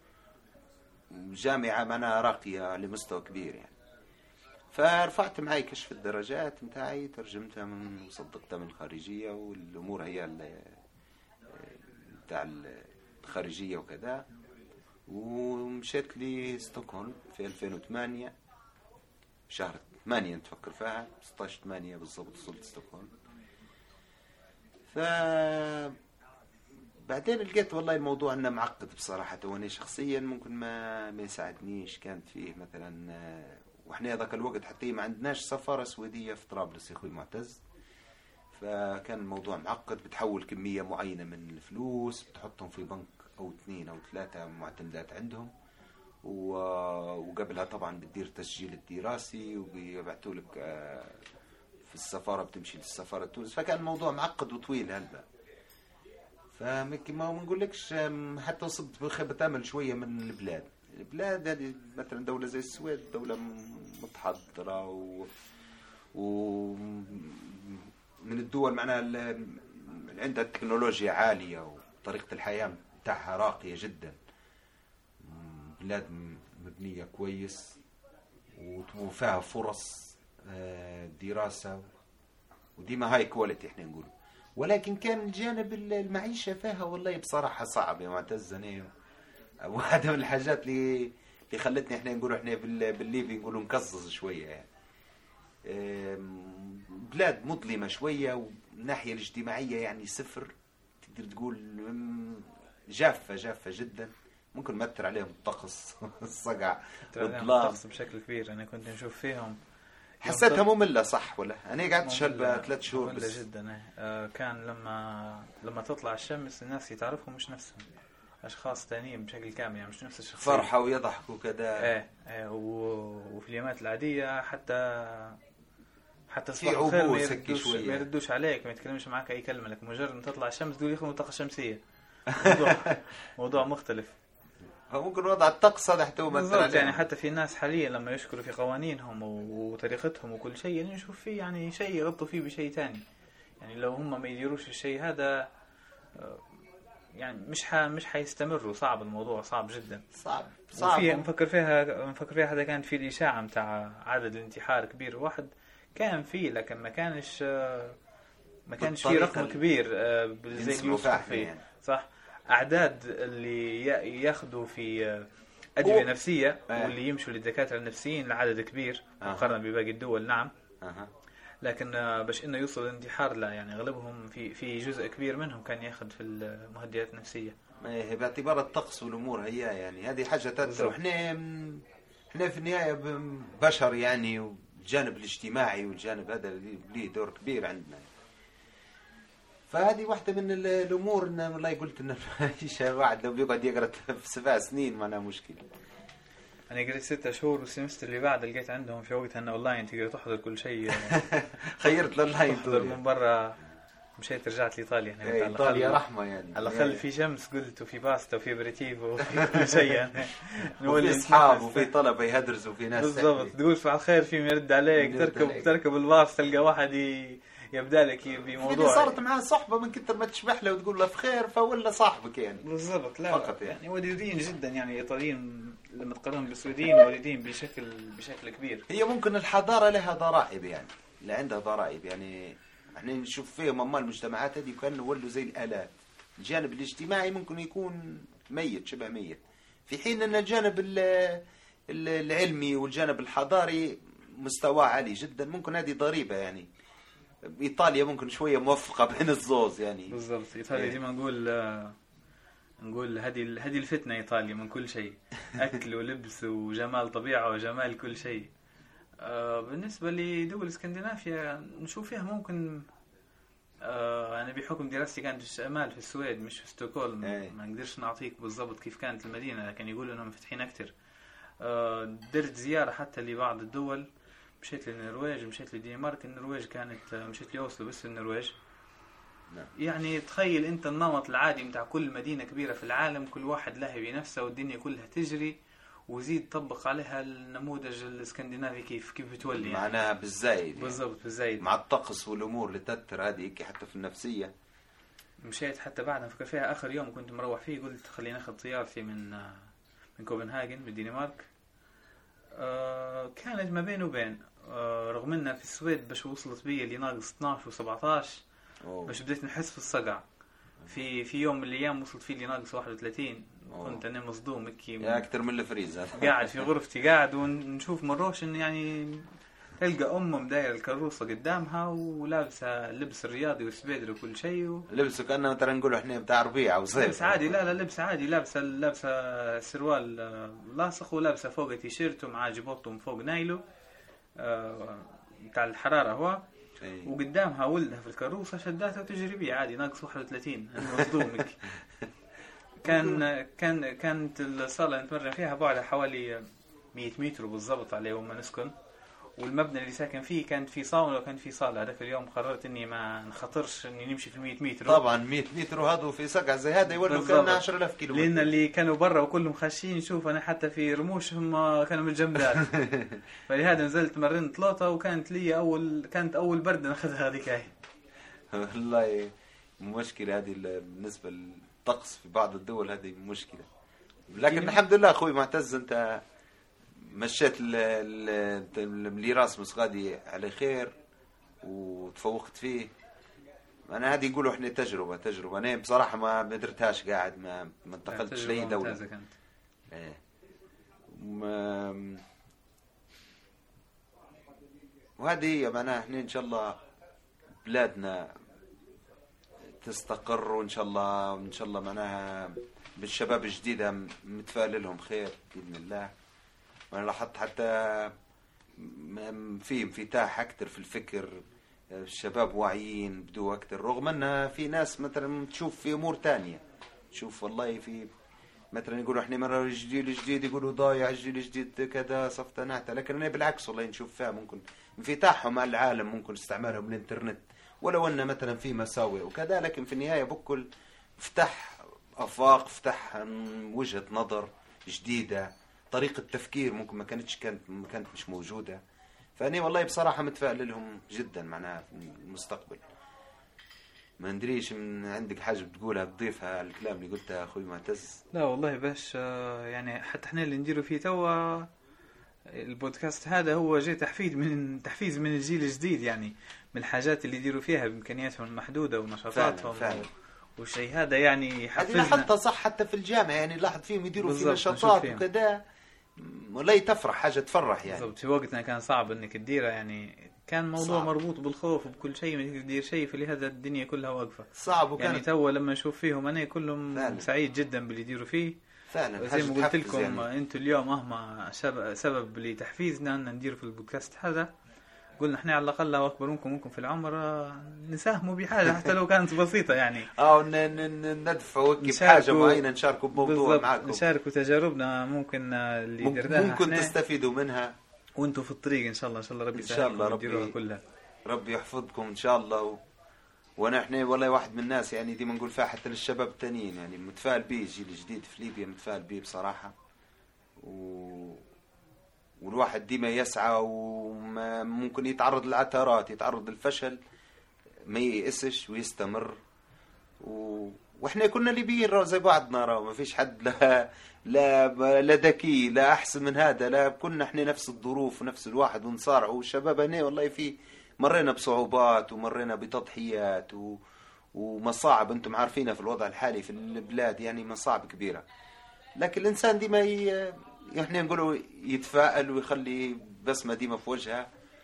جامعة معنا راقية لمستوى كبير يعني. فرفعت معي كشف الدرجات متاعي ترجمتها وصدقتها من الخارجية والأمور هي بتاع الخارجية وكذا. ومشيت لي ستوكهولم في 2008 شهر 8 نتفكر فيها 16/8 بالضبط وصلت ستوكهولم. بعدين لقيت والله الموضوع انه معقد بصراحه وانا شخصيا ممكن ما يساعدنيش. كانت فيه مثلا واحنا ذاك الوقت حتى ما عندناش سفاره سويديه في طرابلس يا اخوي معتز. فكان الموضوع معقد. بتحول كميه معينه من الفلوس بتحطهم في بنك أو 2 أو 3 معتمدات عندهم وقبلها طبعا بتدير تسجيل الدراسي وبيبعتوا لك في السفارة بتمشي للسفارة تونس. فكان الموضوع معقد وطويل هلبا. فما نقولكش حتى وصلت بخيبة أمل شوية من البلاد هذه مثلا دولة زي السويد دولة متحضرة ومن الدول معناها اللي عندها تكنولوجيا عالية وطريقة الحياة بتاعها راقية جدا. بلاد مبنية كويس وفيها فرص دراسة وديما هاي كواليتي احنا نقول. ولكن كان الجانب المعيشة فيها والله بصراحة صعب يا معتز. واحدة من الحاجات اللي خلتني احنا نقول احنا بالليبي نقولوا نكزز شوية يعني. بلاد مظلمة شوية والناحية الاجتماعية يعني صفر. تقدر تقول جافة جدا. ممكن نمثل عليهم الطقس الصقع والظلام الطقس بشكل كبير. أنا كنت نشوف فيهم حسيتها مملة صح ولا أنا قعدت شلبة 3 شهور بس مملة جدا. كان لما تطلع الشمس الناس يتعرفوا مش نفسهم أشخاص تانيين بشكل كامل يعني مش نفس الشخصية. فرحة ويضحكوا كذا. وفي اليومات العادية حتى في عبوس ما يردوش عليك ما يتكلمش معك أي كلمة لك مجرد ما تطلع الشمس تقول يخلوا طاقة شمسية. موضوع مختلف. ممكن وضع الطقس هذا حتى بالضبط يعني حتى في ناس حاليا لما يشكروا في قوانينهم وطريقتهم وكل شيء يعني نشوف فيه يعني شيء يغطوا فيه بشيء تاني. يعني لو هم ما يديروش الشيء هذا يعني مش حيستمروا. صعب الموضوع، صعب جدا. صعب نفكر فيها هذا كانت في الإشاعة متاع عدد الانتحار كبير، واحد كان فيه لكن ما كانش في رقم كبير زي اللي فيه يعني. صح. أعداد اللي ياخذوا في أدوية نفسية واللي يمشوا للدكاترة النفسيين العدد كبير مقارنة بباقي الدول. نعم. لكن باش انه يوصل للانتحار لا، يعني اغلبهم في جزء كبير منهم كان ياخذ في المهدئات النفسيه. باعتبار الطقس والامور هي يعني هذه حاجه تاثر. احنا في النهايه بشر يعني، والجانب الاجتماعي والجانب هذا له دور كبير عندنا. فهذه واحده من الامور ان والله قلت ان واحد لو بيقعد يقرا في 7 سنين ما أنا مشكله. أنا قريت 6 شهور، والسمستر اللي بعد لقيت عندهم في وقتها أنه أونلاين تقدر تحضر كل شيء. خيرت الأونلاين تحضر من برا. مشيت رجعت لإيطاليا. يعني إيطاليا رحمة يعني. على الأقل في شمس قلت، وفي باستا وفي بريتيف وفي كل شيء يعني. وفي أصحاب وفي طلبة يهدرسوا وفي ناس. بالضبط. تقول في الخير في يرد عليك، تركب الباص تلقى واحد يبدأ لك بموضوع. صارت معاه صحبة من كثر ما تشبح له وتقول له في خير فولا صاحبك يعني. بالضبط. لا فقط يعني ودودين جدا يعني الإيطاليين لما تقارنهم بالسويديين ودودين بشكل كبير. هي ممكن الحضارة لها ضرائب يعني، اللي عندها ضرائب يعني. احنا نشوف فيهم أما المجتمعات هذه كانوا ولوا زي الآلات. الجانب الاجتماعي ممكن يكون ميت، شبه ميت، في حين أن الجانب العلمي والجانب الحضاري مستوى عالي جدا. ممكن هذه ضريبة يعني. إيطاليا ممكن شوية موفقة بين الزوز يعني. بالضبط. إيطاليا دي ما نقول هذه الفتنة. إيطاليا من كل شيء، أكل ولبس وجمال طبيعة وجمال كل شيء. بالنسبة لدول اسكندنافيا نشوف فيها ممكن أنا بحكم دراستي كانت في الشمال في السويد مش في ستوكهولم. ما نقدرش نعطيك بالضبط كيف كانت المدينة، لكن يقولوا أنهم مفتحين أكتر. درت زيارة حتى لبعض الدول. مشيت للنرويج، مشيت للدنمارك. النرويج كانت مشيت لأوسلو بس النرويج. يعني تخيل انت النمط العادي متاع كل مدينة كبيرة في العالم، كل واحد لاهي بنفسه والدنيا كلها تجري، وزيد طبق عليها النموذج الاسكندنافي كيف بتولي يعني. معناها بالزايد. بالضبط بالزايد. مع الطقس والامور اللي تأثر هذه حتى في النفسية. مشيت حتى بعد نفكر فيها اخر يوم كنت مروح فيه قلت خلينا ناخذ طيارتي من كوبنهاجن من الدنمارك. كانت ما بين وبين رغم انها في السويد باش وصلت بي اللي ناقص 12 و17 باش بديت نحس في الصقع. في يوم من الايام وصلت فيه اللي ناقص 31. كنت انا مصدوم يا اكثر من الفريزر. قاعد في غرفتي قاعد ونشوف من روشن يعني تلقى مدايره الكروسه قدامها ولابسه اللبس الرياضي والسبيدر وكل شيء لبسه كانه ترى نقولوا احنا بتاع ربيع او صيف. لبس عادي. لا لبس عادي. لابسه سروال لاصق ولابسه فوق تيشيرت ومعاه جيبوت من فوق نايلو بتاع الحراره هو. وقدامها ولدها في الكروسه شداتها وتجري بيه عادي ناقص 31. انا مصدومك. كانت الصاله اللي نتمرن فيها بعدها حوالي 100 متر بالضبط عليه وما نسكن. والمبنى اللي ساكن فيه كانت في صالة وكان في صالة. هذاك اليوم قررت اني ما نخطرش اني نمشي في 100 متر. طبعا 100 متر وهذا في سقع زي هذا يولوا كان 10,000 كيلو. لان اللي كانوا برا وكلهم خاشين شوف انا حتى في رموشهم كانوا من الجنبات. فلهذا نزلت مرنت لوطة وكانت لي اول برد ناخذها هذيك هاي. والله مشكلة هذه بالنسبة للطقس في بعض الدول هذه مشكلة. لكن الحمد لله اخوي معتز انت مشيت الإيراسموس غادي على خير وتفوقت فيه. أنا هذه يقولوا إحنا تجربة. أنا بصراحة ما درتهاش قاعد ما انتقلتش لأي دولة. وهذه معناها إحنا إن شاء الله بلادنا تستقر وإن شاء الله معناها بالشباب الجديدة متفائل لهم خير بإذن الله. أنا لاحظت حتى في انفتاح أكثر في الفكر. الشباب واعيين بدو أكثر رغم أن في ناس مثلا تشوف في أمور تانية. تشوف والله في مثلا يقولوا إحنا مرة الجيل الجديد يقولوا ضايع الجيل الجديد كذا صفتناته. لكن أنا بالعكس والله نشوف فيها ممكن انفتاحهم على العالم ممكن استعمالهم الإنترنت ولو أن مثلا في مساوئ وكذا. لكن في النهاية بكل فتح آفاق فتح وجهة نظر جديدة. طريقة تفكير ممكن ما كانت مش موجودة. فأنا والله بصراحة متفائل لهم جدا معناها في المستقبل. ما ندريش من عندك حاجة بتقولها تضيفها الكلام اللي قلتها أخوي معتز؟ لا والله باش يعني حتى احنا اللي نديروا فيه توا البودكاست هذا هو جاي تحفيز من الجيل الجديد، يعني من الحاجات اللي يديروا فيها بإمكانياتهم المحدودة ونشاطاتهم فعلا. والشيء هذا يعني يحفزنا. لاحظتها صح حتى في الجامعة، يعني لاحظ فيهم يديروا في نشاطات وكذا، ولا تفرح حاجة تفرح يعني. بالضبط. في وقتنا كان صعب انك تديرها، يعني كان موضوع صعب. مربوط بالخوف وبكل شيء، ما تدير شيء فلهذا الدنيا كلها واقفة صعب. وكان يعني توا لما نشوف فيهم أنا كلهم فعلا. سعيد جدا باللي يديروا فيه فعلا. زي ما قلت لكم يعني. انتم اليوم مهما سبب لتحفيزنا ان ندير في البودكاست هذا، قلنا احنا على الاقل لو اكبر منكم في العمر نساهموا بحاجه حتى لو كانت بسيطه يعني ندفعوا بحاجه معينه، نشاركوا بموضوع معاكم، نشاركوا تجاربنا ممكن اللي درناها ممكن تستفيدوا منها وانتم في الطريق ان شاء الله. ان شاء الله ربي يسهلكم كلها، ربي يحفظكم ان شاء الله. وانا احنا والله واحد من الناس يعني ديما نقول فيها حتى للشباب التانيين، يعني متفائل به الجيل الجديد في ليبيا، متفائل به بصراحه. والواحد ديما يسعى، وممكن يتعرض للعثرات، يتعرض للفشل، ما ييأسش ويستمر. واحنا كنا ليبيين زي بعضنا، ما فيش حد لا ذكي لا احسن من هذا، لا كنا احنا نفس الظروف ونفس الواحد ونصارع. والشباب هنا والله في مرينا بصعوبات ومرينا بتضحيات ومصاعب انتم عارفينها في الوضع الحالي في البلاد، يعني مصاعب كبيرة. لكن الانسان ديما احنا نقولوا يتفائل ويخلي بسمة ديما في وجهه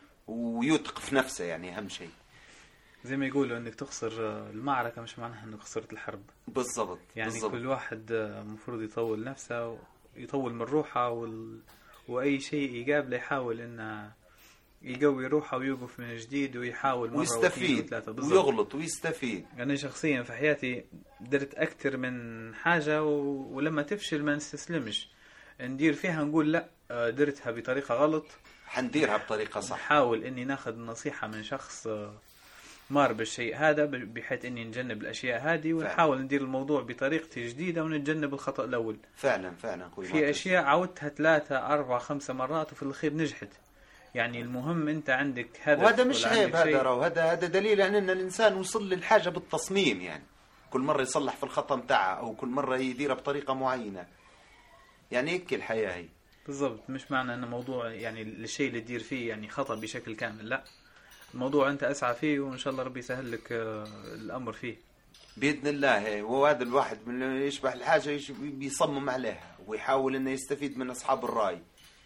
ويثق في نفسه، يعني اهم شيء. زي ما يقولوا انك تخسر المعركة مش معناها انك خسرت الحرب. بالضبط. يعني بالزبط. كل واحد مفروض يطول نفسه ويطول من روحه واي شيء يقابله يحاول انه يقوي روحه ويوقف من جديد ويحاول مرة ويستفيد ويغلط ويستفيد. يعني شخصيا في حياتي درت اكثر من حاجة ولما تفشل ما نستسلمش، ندير فيها نقول لا درتها بطريقة غلط، حنديرها بطريقة صح. حاول اني ناخذ نصيحة من شخص مار بالشيء هذا بحيث اني نجنب الاشياء هذه، ونحاول ندير الموضوع بطريقتي جديدة ونتجنب الخطأ الاول. فعلا في اشياء عودتها 3 4 5 مرات وفي الاخير نجحت. يعني المهم انت عندك هدف، وهذا مش عيب، هذا دليل يعني ان الانسان وصل للحاجة بالتصميم، يعني كل مرة يصلح في الخطأ متاعه او كل مرة يديرها بطريقة معينة، يعني هيك الحياة هي. بالضبط. مش معنى ان موضوع يعني الشيء اللي تدير فيه يعني خطأ بشكل كامل، لا، الموضوع انت اسعى فيه وان شاء الله ربي يسهل لك الامر فيه باذن الله. وهذا الواحد من يشبه الحاجه بيصمم عليها ويحاول انه يستفيد من اصحاب الراي.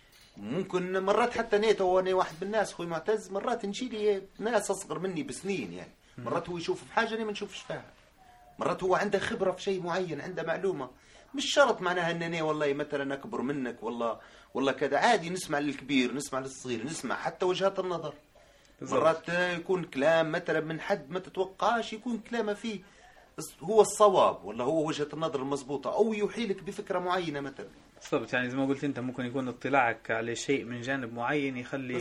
ممكن مرات حتى نيته، وانا واحد من الناس اخوي معتز، مرات نجي لي ناس اصغر مني بسنين، يعني مرات هو يشوف في حاجه انا ما نشوفش فيها، مرات هو عنده خبره في شيء معين، عنده معلومه، مش شرط معناها انني والله مثلا اكبر منك والله كذا، عادي نسمع للكبير، نسمع للصغير، نسمع حتى وجهات النظر. مرات يكون كلام مثلا من حد ما تتوقعش، يكون كلامه فيه هو الصواب ولا هو وجهة النظر المضبوطة، أو يحيلك بفكرة معينة مثلا. بالضبط. يعني زي ما قلت أنت ممكن يكون اطلاعك على شيء من جانب معين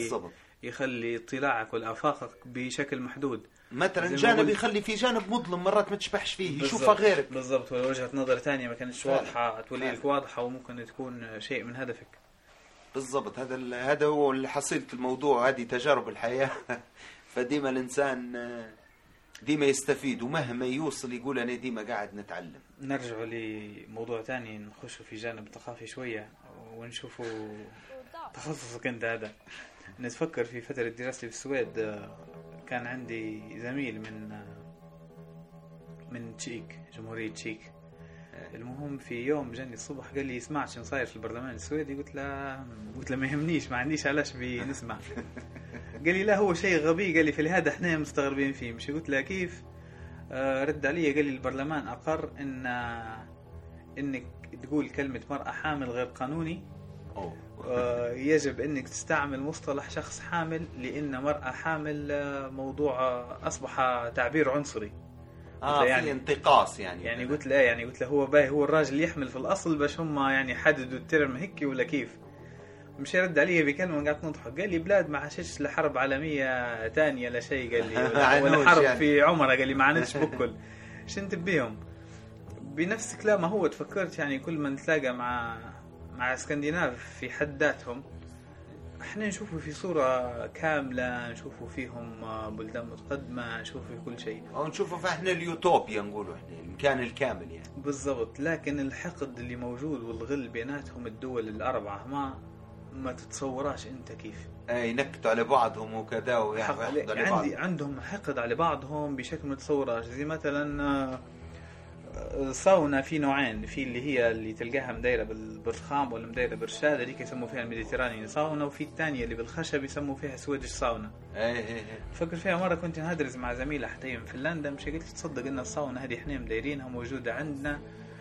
يخلي اطلاعك والآفاقك بشكل محدود. مثلا جانب يخلي في جانب مظلم مرات ما تشبحش فيه، يشوفها غيرك. بالضبط. وجهة نظر ثانية ما كانتش واضحة تولي لك واضحة، وممكن تكون شيء من هدفك. بالضبط. هذا هو اللي حصيلة الموضوع، هذه تجارب الحياة. فديما الإنسان ديما يستفيد، ومهما يوصل يقول أنا ديما قاعد نتعلم. نرجع لموضوع تاني، نخش في جانب ثقافي شوية ونشوفوا تخصصك أنت. هذا نتفكر في فترة دراستي في السويد، كان عندي زميل من تشيك، جمهورية تشيك. المهم في يوم جاني الصبح قال لي سمعت شنو صاير في البرلمان السويدي؟ قلت له ما يهمنيش، ما عنديش علاش بنسمع. قال لي لا هو شيء غبي، قال لي فلهذا احنا مستغربين فيه. مش قلت له كيف؟ رد علي قال لي البرلمان أقر انك تقول كلمة مرأة حامل غير قانوني، يجب انك تستعمل مصطلح شخص حامل، لان مرأة حامل موضوع اصبح تعبير عنصري. يعني في انتقاص يعني قلت له هو باهي، هو الراجل يحمل في الاصل، باش هم يعني حددوا الترم هيك ولا كيف؟ مش يرد علي بكلمه قاعد نضحك. قال لي بلاد ما عاشتش لحرب عالمية تانية لا شيء، قال لي ولا حرب يعني. في عمره قال لي ما عانتش بكل شنت بيهم. بنفس كلامه هو تفكرت يعني كل ما نتلاقى مع اسكندناف في حد ذاتهم احنا نشوفه في صورة كاملة، نشوفه فيهم بلدان متقدمة، نشوفه في كل شيء، أو نشوفه فإحنا اليوتوبيا نقوله إحنا المكان الكامل يعني. بالضبط. لكن الحقد اللي موجود والغل بيناتهم الدول الأربعة ما تتصوراش أنت كيف. ينكتوا على بعضهم وكذا عندهم حقد على بعضهم بشكل ما تتصوراش. زي مثلا صاونا في نوعين، في اللي هي اللي تلقاها مدايرة بالفخام ولا مدايرة برشاد، اللي يسموا فيها الميديتراني صاونا، وفي الثانية اللي بالخشب يسموا فيها سويدش صاونا. فكر فيها مرة كنت نهدرز مع زميلة حتى من فنلندا، مش قلت تصدق ان الصاونا هذه احنا مدايرينها موجودة عندنا،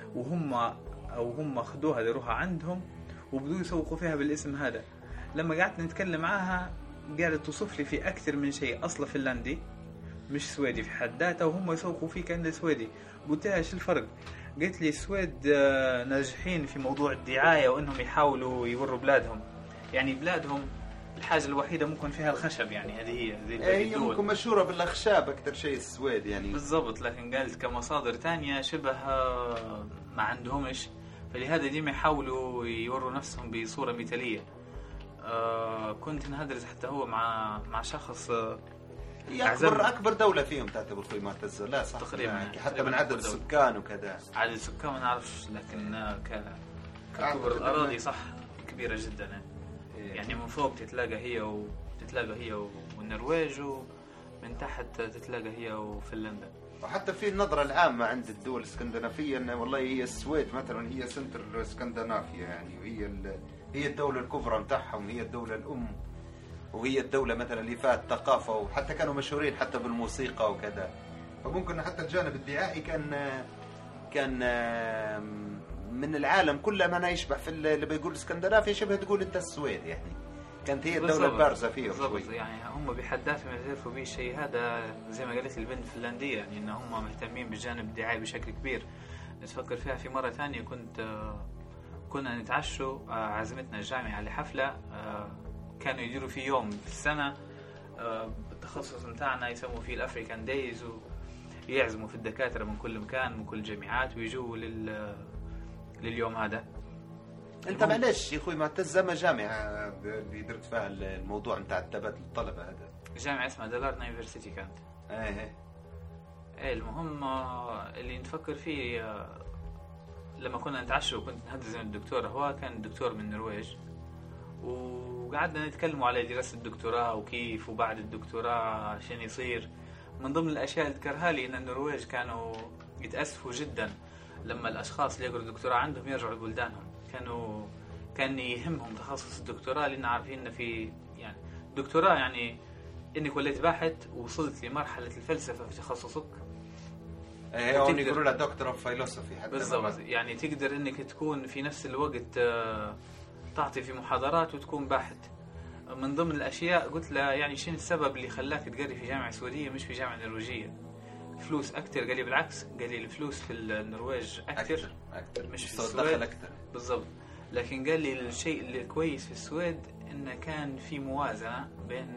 وهم خدوها داروها عندهم وبدو يسوقوا فيها بالاسم هذا. لما قعدت نتكلم معاها قاعدة توصف لي في أكثر من شيء أصله فنلندي مش سويدي في حد ذاته، وهم يسوقوا فيه كأنه سويدي. قلت لها ايش الفرق؟ قلت لي السويد ناجحين في موضوع الدعاية وانهم يحاولوا يوروا بلادهم، يعني بلادهم الحاجة الوحيدة ممكن فيها الخشب، يعني هذه هي زي هي ممكن مشهورة بالأخشاب أكثر شيء السويد يعني. بالضبط. لكن قالت كمصادر تانية شبه ما عندهمش، فلهذا ديما يحاولوا يوروا نفسهم بصورة مثالية. كنت نهدرز حتى هو مع شخص أكبر دولة فيهم تعتبر في معتز؟ لا صح تقريبا، حتى من عدد السكان وكذا. عدد السكان ما نعرفش، لكن ككبر الأراضي صح كبيرة جدا يعني من فوق تتلاقى هي والنرويج، ومن تحت تتلاقى هي وفنلندا. وحتى في النظرة العامة عند الدول الاسكندنافية أن والله هي السويد مثلا هي سنتر اسكندنافيا يعني، وهي الدولة الكبرى متاعهم، هي الدولة الأم، وهي الدولة مثلا اللي فيها الثقافة، وحتى كانوا مشهورين حتى بالموسيقى وكذا. فممكن حتى الجانب الدعائي كان من العالم كله ما يشبه في اللي بيقول اسكندنافيا، شبه تقول انت السويد يعني، كانت هي الدولة البارزة فيها شوي. يعني هم بحد ذاتهم يعترفوا به الشيء هذا، زي ما قالت البنت الفنلندية، يعني ان هم مهتمين بالجانب الدعائي بشكل كبير. نتفكر فيها في مرة ثانية كنا نتعشوا، عزمتنا الجامعة لحفلة كانوا يديروا في يوم في السنة بالتخصص متاعنا يسموا فيه الأفريكان دايز، ويعزموا في الدكاترة من كل مكان من كل الجامعات ويجوا لليوم هذا. انت معلش يا اخوي معتز ما جامعة اللي درت فيها الموضوع متاع تبادل الطلبة هذا؟ جامعة اسمها دلارنا يونيفرسيتي كانت. المهم اللي نفكر فيه لما كنا نتعشوا كنت نهدز من الدكتور، هو كان دكتور من النرويج، وقعدنا نتكلموا على دراسة الدكتوراه وكيف، وبعد الدكتوراه شين يصير. من ضمن الأشياء اللي ذكرها لي إن النرويج كانوا يتأسفوا جدا لما الأشخاص اللي يقروا الدكتوراه عندهم يرجعوا لبلدانهم. كان يهمهم تخصص الدكتوراه، لأن عارفين إن في يعني دكتوراه يعني إنك وليت باحث ووصلت لمرحلة الفلسفة في تخصصك. هون يقولوا لها دكتور اوف فيلوسوفي حتى. بالضبط، يعني تقدر إنك تكون في نفس الوقت تعطي في محاضرات وتكون باحث. من ضمن الأشياء قلت له يعني شنو السبب اللي خلاك تقري في جامعة سعودية مش في جامعة نرويجية؟ فلوس أكتر؟ قال لي بالعكس، قال لي الفلوس في النرويج أكتر مش في السويد أكتر. بالضبط. لكن قال لي الشيء الكويس في السويد إنه كان في موازنة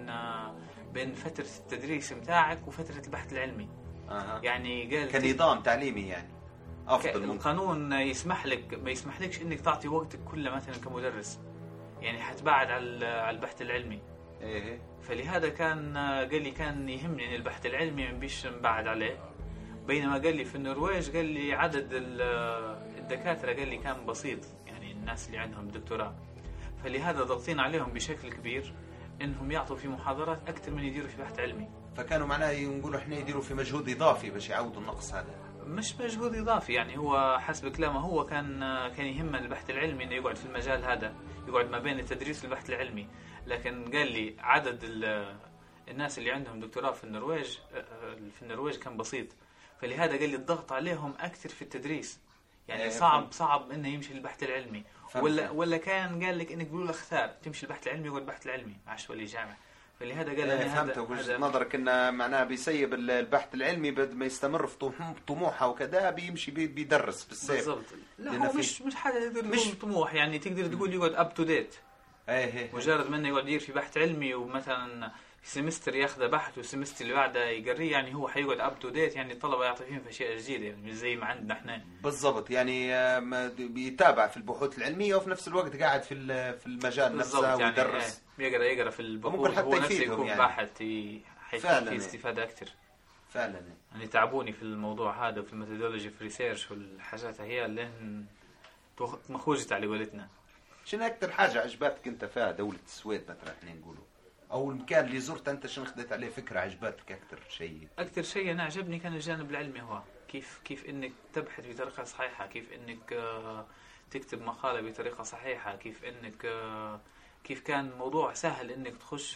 بين فترة التدريس متاعك وفترة البحث العلمي. يعني قال كنظام تعليمي يعني أفضل. القانون يسمح لك ما يسمحلكش إنك تعطي وقتك كله مثلا كمدرس، يعني حتبعد على البحث العلمي. فلهذا قال لي كان يهمني إن البحث العلمي ما بيش نبعد عليه. بينما قال لي في النرويج قال لي عدد الدكاترة قال لي كان بسيط، يعني الناس اللي عندهم دكتوراه، فلهذا ضغطين عليهم بشكل كبير إنهم يعطوا في محاضرات أكثر من يديروا في بحث علمي. فكانوا معناه نقولوا إحنا يديروا في مجهود إضافي باش يعوضوا النقص هذا. مش مجهود إضافي، يعني هو حسب كلامه هو كان يهم البحث العلمي إنه يقعد في المجال هذا، يقعد ما بين التدريس والبحث العلمي. لكن قال لي عدد الناس اللي عندهم دكتوراه في النرويج كان بسيط، فلهذا قال لي الضغط عليهم أكثر في التدريس، يعني صعب إنه يمشي البحث العلمي. ولا كان قال لك إنك بيقولوا اختار تمشي البحث العلمي والبحث العلمي عاش ولي جامعة. فلهذا قال لي فهمت وجهة نظرك إنه معناه بيسيب البحث العلمي بدل ما يستمر في طموحه وكذا بيمشي بيدرس بالسيف. بالضبط. لا هو مش حاجة تقدر تقول طموح، يعني تقدر تقول يقعد up to date. مجرد ما انه يقعد يدير في بحث علمي، ومثلا في سمستر ياخذ بحث والسمستر اللي بعده يقريه، يعني هو حيقعد اب تو ديت، يعني الطلبه يعطي فيهم في اشياء جديده، يعني مش زي ما عندنا احنا. بالضبط، يعني بيتابع في البحوث العلميه وفي نفس الوقت قاعد في المجال نفسه ويدرس، يعني يقرا في البحوث، ممكن حتى هو نفسه يكون يعني. باحث حيكون في استفاده اكثر فعلا. يعني تعبوني في الموضوع هذا وفي الميثودولوجي في الريسيرش والحاجات هي اللي مخوجت على قولتنا. شنو اكثر حاجه عجبتك انت فيها دوله السويد مثلا احنا نقولوا، او المكان اللي زرت انت شنو خدت عليه فكره عجبتك اكثر شيء؟ اكثر شيء انا عجبني كان الجانب العلمي، هو كيف انك تبحث بطريقه صحيحه، كيف انك تكتب مقاله بطريقه صحيحه، كيف انك كيف كان الموضوع سهل انك تخش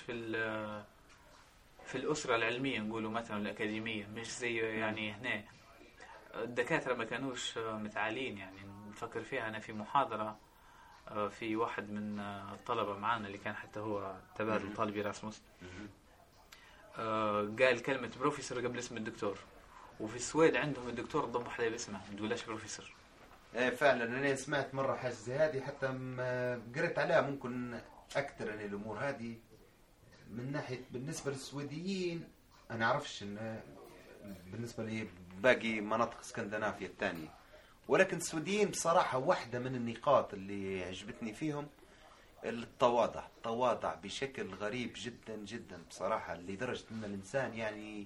في الاسره العلميه نقولوا مثلا الاكاديميه، مش زي يعني هنا الدكاتره ما كانوش متعالين. يعني نفكر فيها انا في محاضره في واحد من الطلبة معانا اللي كان حتى هو تبادل طالب إراسموس، قال كلمة بروفيسور قبل اسم الدكتور، وفي السويد عندهم الدكتور ضموا حدا باسمه ما تقولش بروفيسور. فعلا انا سمعت مرة حاجة زي هذه، حتى قريت عليها ممكن أكثر يعني الأمور هذه من ناحية بالنسبة للسويديين. أنا أعرفش إن بالنسبة لي باقي مناطق اسكندنافيا الثانية، ولكن السويديين بصراحة واحدة من النقاط اللي عجبتني فيهم التواضع بشكل غريب جدا جدا بصراحة، لدرجة أن الإنسان يعني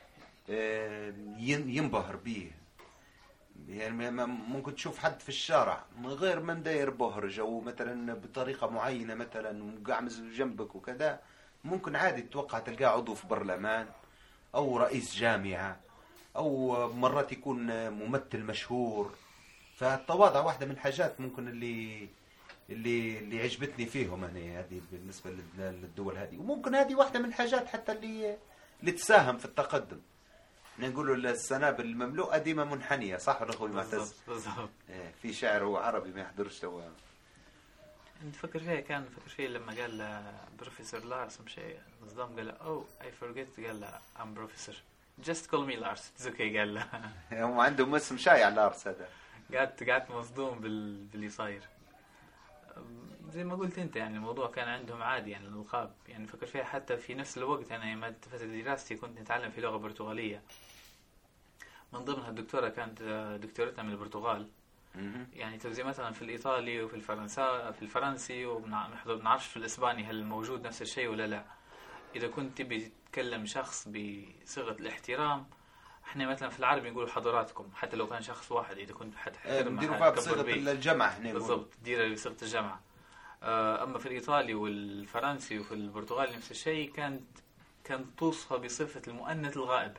ينبهر به. يعني ممكن تشوف حد في الشارع من غير ما نداير بهرج أو مثلا بطريقة معينة مثلا وقاعد جنبك وكذا، ممكن عادي تتوقع تلقاه عضو في برلمان أو رئيس جامعة أو مرات يكون ممثل مشهور. فالتواضع واحدة من الحاجات ممكن اللي عجبتني فيهم أنا، هذه بالنسبة للدول هذه. وممكن هذه واحدة من الحاجات حتى اللي تساهم في التقدم. نقولوا السنابل المملوءة ديما منحنية، صح ولا أخوي معتز؟ بالضبط. في شاعر هو عربي ما يحضرش تو. نفكر فيها لما قال بروفيسور لارس مشي نظام، قال I forget، قال I'm professor just call me Lars it's okay. قال هم عندهم اسم شايع لارس هذا. قعدت مصدوم باللي صاير. زي ما قلت انت يعني الموضوع كان عندهم عادي، يعني الألقاب. يعني فكر فيها حتى في نفس الوقت انا لما فترة دراستي كنت نتعلم في لغة برتغالية، من ضمنها الدكتورة كانت دكتورتنا من البرتغال. يعني زي مثلا في الإيطالي وفي الفرنسي وما نعرفش في الإسباني هل موجود نفس الشيء ولا لا. إذا كنت تبي تتكلم شخص بصيغة الاحترام، احنا مثلا في العربي نقول حضراتكم، حتى لو كان شخص واحد إذا كنت حتحترم نديروا فيها بصيغة الجمع احنا بالضبط، ديرها بصيغة الجمع. أما في الإيطالي والفرنسي وفي البرتغال نفس الشيء، كانت توصف بصفة المؤنث الغائب.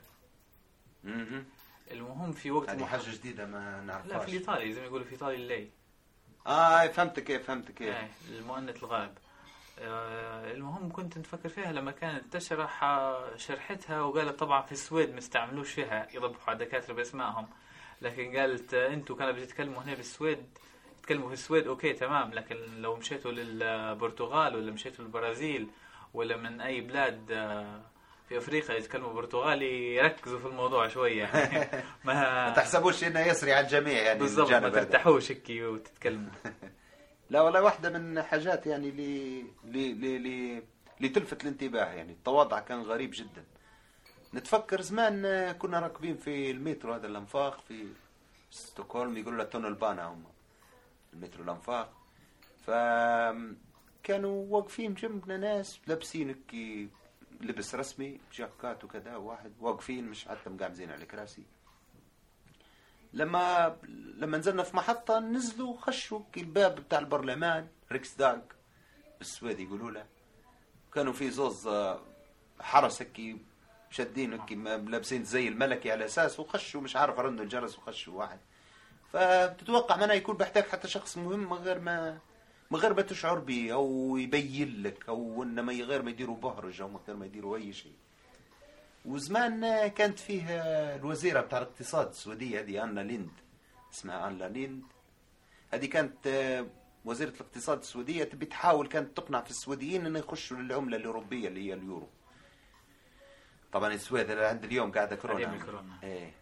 المهم في وقت هذه حاجة جديدة ما نعرفهاش. لا في الإيطالي زي ما يقولوا في إيطالي اللي فهمتك كيف المؤنث الغائب. المهم كنت نفكر فيها لما كانت تشرح شرحتها، وقالت طبعا في السويد ما استعملوش فيها يضبحوا على الدكاترة باسمائهم، لكن قالت انتوا كانوا بتتكلموا هنا بالسويد تتكلموا في السويد اوكي تمام، لكن لو مشيتوا للبرتغال ولا مشيتوا للبرازيل ولا من اي بلاد في افريقيا يتكلموا برتغالي يركزوا في الموضوع شويه يعني ما تحسبوش انه يسري على الجميع يعني بالضبط، ما ترتاحوش هيك وتتكلموا. لا والله واحدة من حاجات يعني اللي تلفت الانتباه، يعني التواضع كان غريب جدا. نتفكر زمان كنا راكبين في المترو هذا الانفاق في ستوكهولم، يقولوا له تونل بانا هم المترو الانفاق، فكانوا واقفين جنبنا ناس لابسين لبس رسمي جاكات وكذا، واحد واقفين مش حتى مقعمزين على كراسي. لما نزلنا في محطة نزلوا خشوا الباب بتاع البرلمان ريكسداغ بالسويد يقولوا له، كانوا في زوز حرس هكي شادين هكي لابسين زي الملكي على اساس، وخشوا مش عارف رنوا الجرس وخشوا واحد. فتتوقع منها يكون بحتاج حتى شخص مهم من غير ما تشعر به او يبين لك، او انما غير ما يديروا بهرج او من غير ما يديروا اي شيء. وزمان كانت فيه الوزيرة بتاع الاقتصاد السويدية هذه أنا ليند، اسمها أنا ليند. هذه كانت وزيرة الاقتصاد السويدية، تبي تحاول كانت تقنع في السويديين أن يخشوا للعملة الأوروبية اللي هي اليورو. طبعا السويد عند اليوم قاعدة كورونا. إيه.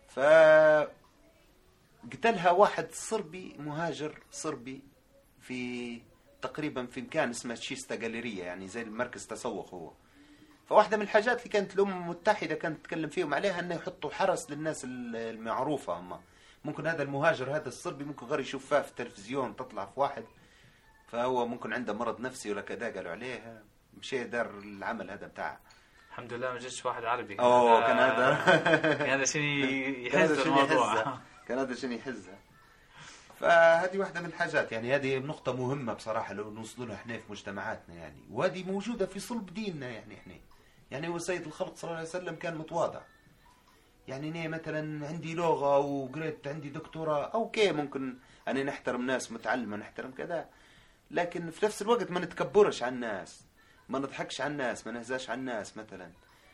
قتلها واحد صربي مهاجر صربي في تقريبا في مكان اسمه تشيستا جاليريا، يعني زي المركز تسوق هو. فواحدة من الحاجات اللي كانت الأمم المتحدة كانت تتكلم فيهم عليها أنه يحطوا حرس للناس المعروفة. هم ممكن هذا المهاجر هذا الصربي ممكن غير يشوف فيها في التلفزيون تطلع في واحد فهو ممكن عنده مرض نفسي ولا كذا، قالوا عليه مشي دار العمل هذا بتاعه. الحمد لله ما جتش واحد عربي. كان هذا كان هذا شنو يحز الموضوع، كان هذا شنو يحزها. فهذه واحدة من الحاجات، يعني هذه نقطة مهمة بصراحة لو نوصلوا لها احنا في مجتمعاتنا يعني، وهذه موجودة في صلب ديننا يعني احنا. يعني هو سيد الخلق صلى الله عليه وسلم كان متواضع. يعني أنا مثلا عندي لغة وقريت عندي دكتوراه أوكي ممكن أنا نحترم ناس متعلمة نحترم كذا، لكن في نفس الوقت ما نتكبرش على الناس، ما نضحكش على الناس، ما نهزاش على الناس مثلا.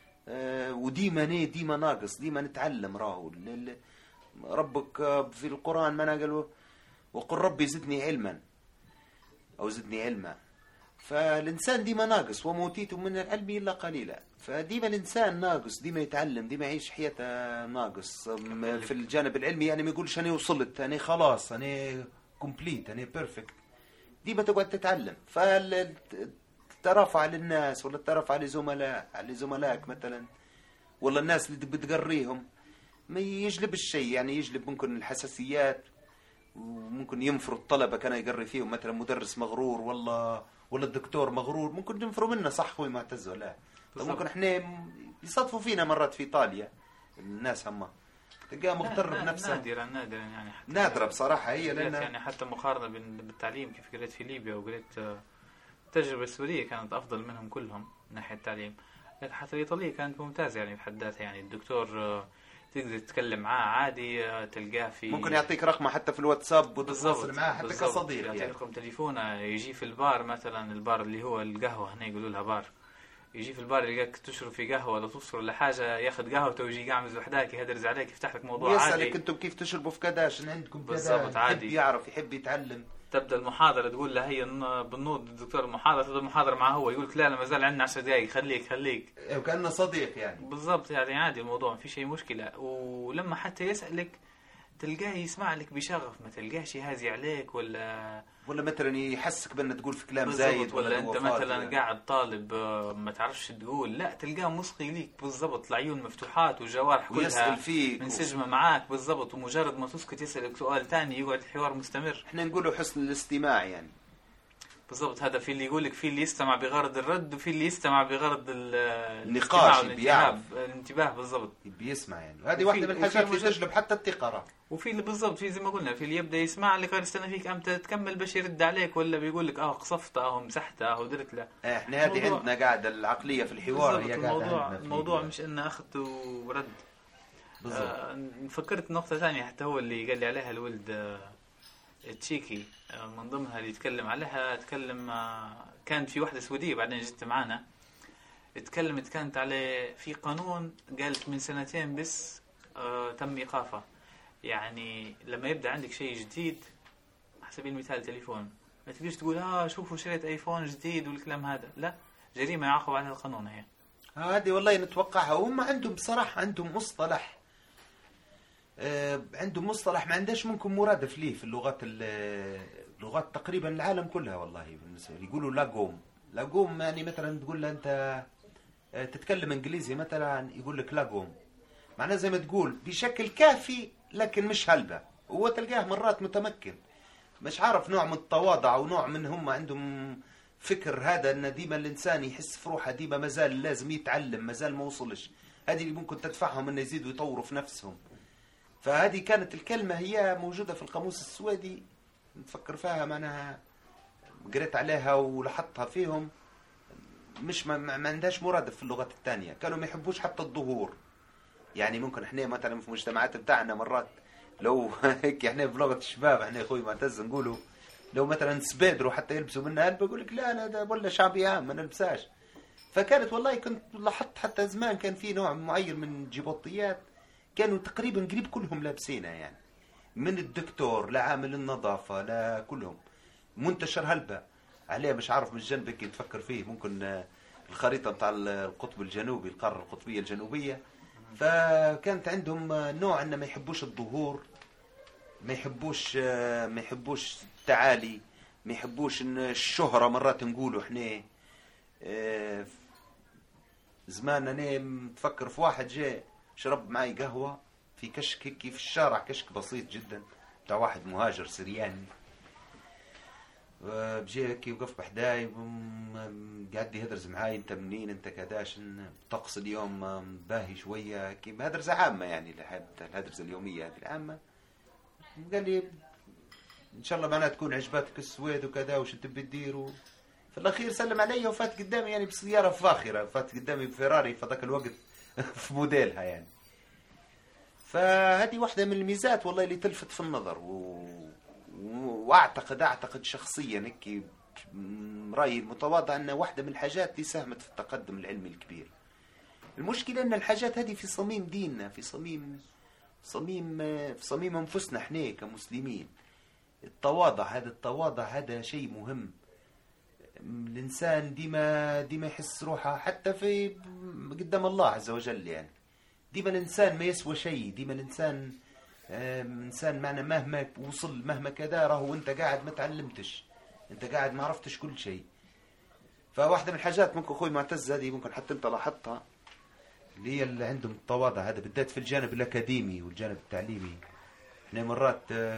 وديما ناقص، ديما نتعلم. راهو ربك في القرآن ما قالوا وقل ربي زدني علما أو زدني علما. فالإنسان ديما ناقص، وما أوتيتم من العلم إلا قليلا. فديما الإنسان ناقص، ديما يتعلم، ديما يعيش حياته ناقص في الجانب العلمي. يعني ما يقولش أنا وصلت، أنا خلاص، أنا كومبليت، أنا بيرفكت. ديما تقعد تتعلم. فالترافع للناس ولا الترافع لزملائك مثلا، ولا الناس اللي بتقريهم ما يجلب الشيء. يعني يجلب ممكن الحساسيات، وممكن ينفروا الطلبة كان يقري فيهم مثلا مدرس مغرور ولا الدكتور مغرور، ممكن ينفروا منه. صح خوي معتز ولا ممكن احنا يصادفوا فينا مرات في ايطاليا الناس هم تلقاها مغتر بنفسها. نادرا يعني حتى نادرة بصراحة هي، لأن يعني حتى مقارنة بالتعليم كيف قريت في ليبيا وقريت التجربة السورية كانت أفضل منهم كلهم من ناحية التعليم. لكن حتى الإيطالية كانت ممتازة يعني بحد ذاتها. يعني الدكتور تقدر تتكلم معاه عادي، تلقاه في ممكن يعطيك رقمه حتى في الواتساب وتتواصل معاه حتى كصديق. يعطيك رقم تليفونه، يجي في البار مثلا، البار اللي هو القهوة هنا يقولوا لها بار، يجي في البار يلقاك تشرب في قهوة ولا تصفر ولا حاجة، ياخذ قهوته ويجي قاعد وحداك يهدرز عليك، يفتح لك موضوع عادي، يسألك انتم كيف تشربوا في كذا، شنو عندكم كذا، بالضبط عادي، يحب يعرف يحب يتعلم. تبدا المحاضرة تقول له هي بالنود الدكتور المحاضرة، تبدا المحاضرة معه هو يقول لك لا ما زال عندنا 10 دقائق، خليك وكأنه صديق يعني. بالضبط يعني عادي الموضوع ما في شيء مشكلة. ولما حتى يسألك تلقاه يسمع لك بشغف، ما تلقاش يهازي عليك ولا مثلا يحسك بأن تقول في كلام زايد، ولا انت مثلا يعني قاعد طالب ما تعرفش تقول، لا تلقاه مسقي ليك بالضبط، العيون مفتوحات والجوارح كلها منسجمة معاك بالضبط، ومجرد ما تسكت يسألك سؤال تاني يقعد الحوار مستمر. احنا نقوله حسن الاستماع يعني. بالضبط، هذا في اللي يقولك في اللي يستمع بغرض الرد وفي اللي يستمع بغرض النقاش الانتباه بالضبط بيسمع يعني. هذه واحدة من الحاجات اللي تجلب حتى الثقة. وفي اللي بالضبط في زي ما قلنا في اللي يبدا يسمع لك يستنى فيك امتى تكمل باش يرد عليك، ولا بيقول لك قصفت مسحت درت له. احنا هذه عندنا قاعده العقليه في الحوار هي قاعده. الموضوع مش ان اخذت ورد. فكرت نقطه ثانيه حتى هو اللي قال لي عليها الولد تشيكي، من ضمنها اللي يتكلم عليها، كانت في واحده سعوديه بعدين جت معانا اتكلمت، كانت على في قانون قالت من 2 سنين بس تم ايقافه. يعني لما يبدأ عندك شيء جديد على سبيل المثال تليفون، ما تقدرش تقول شوفوا شريت ايفون جديد والكلام هذا، لا جريمة يعاقب عليها القانون. هي هذه والله نتوقعها. وهم عندهم بصراحة عندهم مصطلح ما عندهاش ممكن مرادف ليه في اللغات تقريبا العالم كلها والله. بالنسبة يقولوا لاقوم يعني مثلا تقول له انت تتكلم انجليزي مثلا يقول لك لاقوم، معناه زي ما تقول بشكل كافي لكن مش هلبة. هو تلقاه مرات متمكن، مش عارف نوع من التواضع ونوع من هم عندهم فكر هذا ان ديما الانسان يحس في روحه ديما مازال لازم يتعلم، مازال ما وصلش. هذه اللي ممكن تدفعهم ان يزيدوا يطوروا في نفسهم. فهذه كانت الكلمة هي موجودة في القاموس السويدي، نتفكر فيها معناها قريت عليها ولاحظتها فيهم. مش ما عندهاش مرادف في اللغات الثانية. كانوا ما يحبوش حتى الظهور. يعني ممكن احنا مثلا في المجتمعات بتاعنا مرات لو هيك احنا بلغة الشباب احنا يا اخوي معتز نقولوا لو مثلا سبيدروا حتى يلبسوا منها بقول لك لا ده ولا شعبي عام ما نلبساش. فكانت والله كنت لاحظت حتى زمان كان في نوع معين من الجيبوطيات كانوا تقريبا قريب كلهم لابسينها، يعني من الدكتور لعامل النظافة لكلهم منتشر هلبة عليه. مش عارف مش جنبك يتفكر فيه ممكن الخريطة بتاع القطب الجنوبي، القارة القطبية الجنوبية. فكانت عندهم نوع ان ما يحبوش الظهور، ما يحبوش التعالي، ما يحبوش ان الشهرة. مرات نقولوا احنا زمان انا متفكر في واحد جاء شرب معي قهوة في كشك هيك في الشارع، كشك بسيط جدا بتاع واحد مهاجر سرياني، بجي هيك وقف بحداي قاعد يهدرز معاي انت منين انت كداش الطقس اليوم باهي شوية هيك بهدرزة عامة يعني الهدرزة اليومية هذه العامة. قال لي ان شاء الله معناها تكون عجبتك السويد وكذا وش انت بتدير. في الاخير سلم علي وفات قدامي يعني بسيارة فاخرة، فات قدامي بفيراري في ذاك الوقت في موديلها يعني. فهذه واحدة من الميزات والله اللي تلفت في النظر واعتقد شخصيا هيك رأيي المتواضع ان واحدة من الحاجات اللي ساهمت في التقدم العلمي الكبير. المشكلة ان الحاجات هذه في صميم ديننا، في صميم انفسنا احنا كمسلمين. التواضع هذا شيء مهم. الانسان ديما يحس روحه حتى في قدام الله عز وجل يعني. ديما الانسان ما يسوى شيء، ديما الانسان انسان معنا مهما وصل مهما كذا راهو انت قاعد ما تعلمتش، انت قاعد ما عرفتش كل شيء. فواحدة من الحاجات ممكن اخوي معتز هذه ممكن حتى انت لاحظتها اللي هي اللي عندهم التواضع هذا بالذات في الجانب الاكاديمي والجانب التعليمي. احنا مرات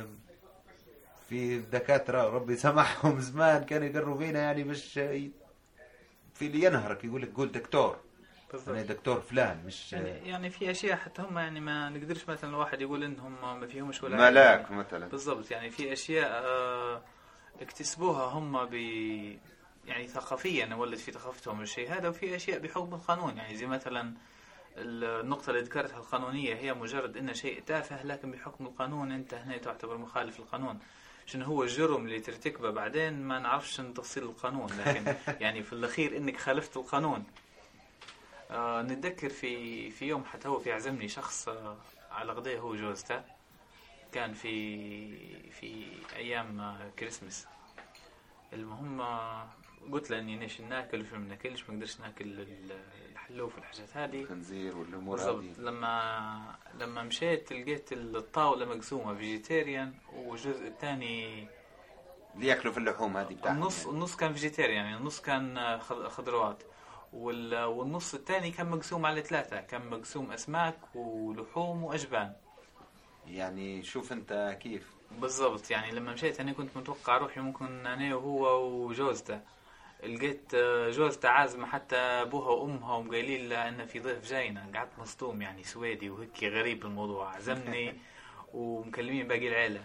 في دكاترة ربي يسامحهم زمان كانوا يقروا بينا يعني مش في اللي ينهرك يقول لك قول دكتور أنا دكتور فلان مش يعني في أشياء حتى هم يعني ما نقدرش مثلا الواحد يقول إنهم ما فيهمش ولا ملاك يعني مثلا. بالضبط يعني في أشياء اكتسبوها هم يعني ثقافيا ولد في ثقافتهم الشيء هذا، وفي أشياء بحكم القانون يعني زي مثلا النقطة اللي ذكرتها القانونية هي مجرد إنه شيء تافه لكن بحكم القانون أنت هنا تعتبر مخالف القانون. شنو هو الجرم اللي ترتكبه بعدين ما نعرفش تفصيل القانون، لكن يعني في الأخير إنك خالفت القانون. نتذكر في يوم حتى هو في عزمني شخص على غداء هو جوزته، كان في أيام كريسمس. المهم قلت له إني نيش ناكل وش ما ناكلش، ما نقدرش ناكل الحلوف والحاجات هذه الخنزير والأمور هذه. لما مشيت لقيت الطاولة مقسومة فيجيتيريان والجزء الثاني اللي ياكلوا في اللحوم هذه بتاعهم النص كان فيجيتيريان يعني النص كان خضروات، والنص الثاني كان مقسوم على 3، كان مقسوم أسماك ولحوم وأجبان. يعني شوف أنت كيف بالضبط. يعني لما مشيت أنا كنت متوقع روحي ممكن أنا وهو وجوزته، لقيت جوزته عازمة حتى أبوها وأمها ومقايلين لها أن في ضيف جاينا. قعدت مصدوم يعني سويدي وهيك غريب الموضوع، عزمني ومكلمين باقي العائلة.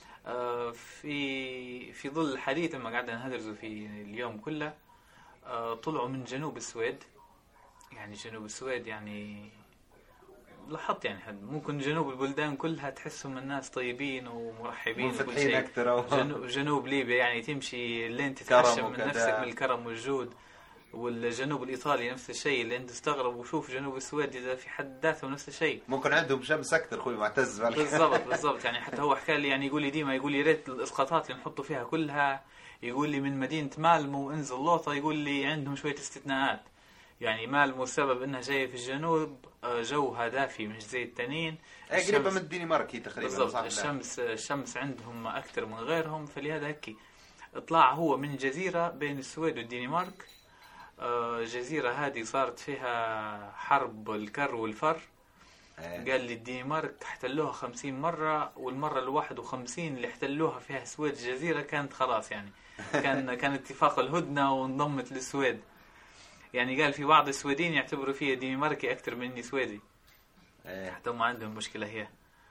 في ظل الحديث لما قعدنا نهدرزوا في اليوم كله طلعوا من جنوب السويد. يعني جنوب السويد يعني لاحظت يعني ممكن جنوب البلدان كلها تحسهم الناس طيبين ومرحبين وكل شيء أكثر. جنوب ليبيا يعني تمشي اللي انت تتعشم من نفسك من الكرم والجود، والجنوب الإيطالي نفس الشيء اللي انت تستغرب. وشوف جنوب السويد إذا في حد ذاته نفس الشيء، ممكن عندهم شمس أكثر خوي معتز. بالضبط يعني حتى هو حكى لي يعني يقول لي ديما يقول لي ريت الإسقاطات اللي نحطوا فيها كلها، يقول لي من مدينة مالمو وانزل لوطة يقول لي عندهم شوية استثناءات. يعني مالمو السبب انها جاية في الجنوب جوها دافي مش زي التانيين، قريبة من الدنمارك تقريبا. بالضبط. الشمس عندهم أكثر من غيرهم، فلهذا هيك اطلع هو من جزيرة بين السويد والدنمارك. جزيرة هذه صارت فيها حرب الكر والفر. قال لي الدنمارك احتلوها 50 مرة، والمرة 51 اللي احتلوها فيها السويد الجزيرة كانت خلاص يعني كان اتفاق الهدنة وانضمت للسويد. يعني قال في بعض السويدين يعتبروا فيها دنماركي أكثر مني سويدي. حتى هم عندهم مشكلة هي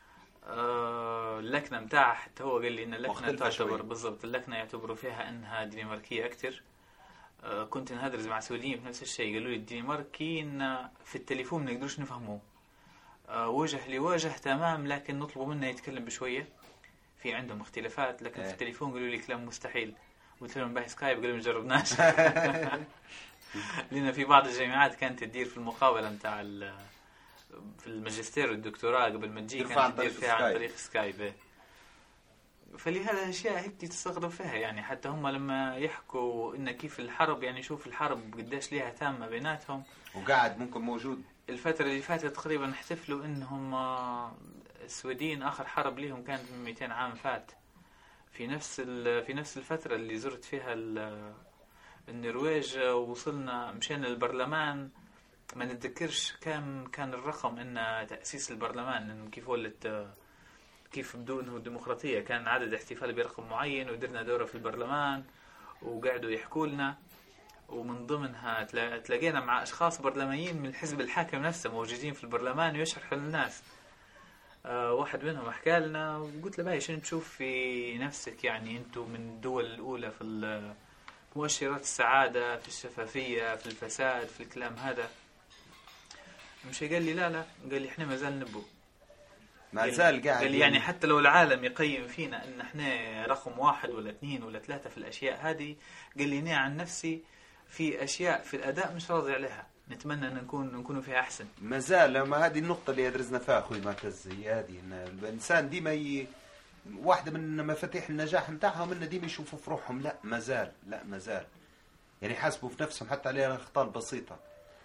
اللكنة متاعها. حتى هو قال لي إن اللكنة تعتبر بالضبط، اللكنة يعتبروا فيها أنها دنماركية أكثر. كنت نهدرز مع سويديين في نفس الشيء، قالوا لي الدنماركيين في التليفون ما نقدروش نفهموه وجه لوجه تمام، لكن نطلبوا منه يتكلم بشوية، في عندهم اختلافات، لكن في التليفون قالوا لي كلام مستحيل. قلت لهم باهي سكايب، قالوا مجربناش لأن في بعض الجامعات كانت تدير في المقابلة متاع في الماجستير والدكتوراه قبل ما تجي كانت تدير فيها عن طريق سكايب. فلهذا أشياء هيك تستغرب فيها يعني. حتى هم لما يحكوا إن كيف الحرب، يعني شوف الحرب قداش ليها تامة بيناتهم، وقاعد ممكن موجود. الفترة اللي فاتت تقريبا احتفلوا إنهم السويدين آخر حرب ليهم كانت من 200 عام فات، في نفس الفترة اللي زرت فيها النرويج، وصلنا مشينا البرلمان. ما نتذكرش كان الرقم ان تأسيس البرلمان إن كيف ولت، كيف بدونه الديمقراطية. كان عدد احتفال برقم معين، ودرنا دورة في البرلمان وقعدوا يحكوا لنا، ومن ضمنها تلاقينا مع أشخاص برلمانيين من الحزب الحاكم نفسه موجودين في البرلمان ويشرحوا للناس. واحد منهم حكى لنا، وقلت له باي شنو تشوف في نفسك، يعني انتم من الدول الأولى في مؤشرات السعادة، في الشفافية، في الفساد، في الكلام هذا. مش قال لي لا قال لي احنا ما زال نبو، ما زال قاعد. قال لي يعني حتى لو العالم يقيم فينا ان احنا رقم 1 ولا 2 ولا 3 في الاشياء هذه، قال لي عن نفسي في اشياء في الاداء مش راضي عليها، نتمنى ان نكون فيها احسن. ما زال، ما هذه النقطة اللي أدرسنا فيها أخوي معتز، هي هذه إن الإنسان ديما واحدة من مفاتيح النجاح نتاعهم إن ديما يشوفوا في روحهم لا ما زال يعني حاسبوا في نفسهم حتى على الأخطاء البسيطة.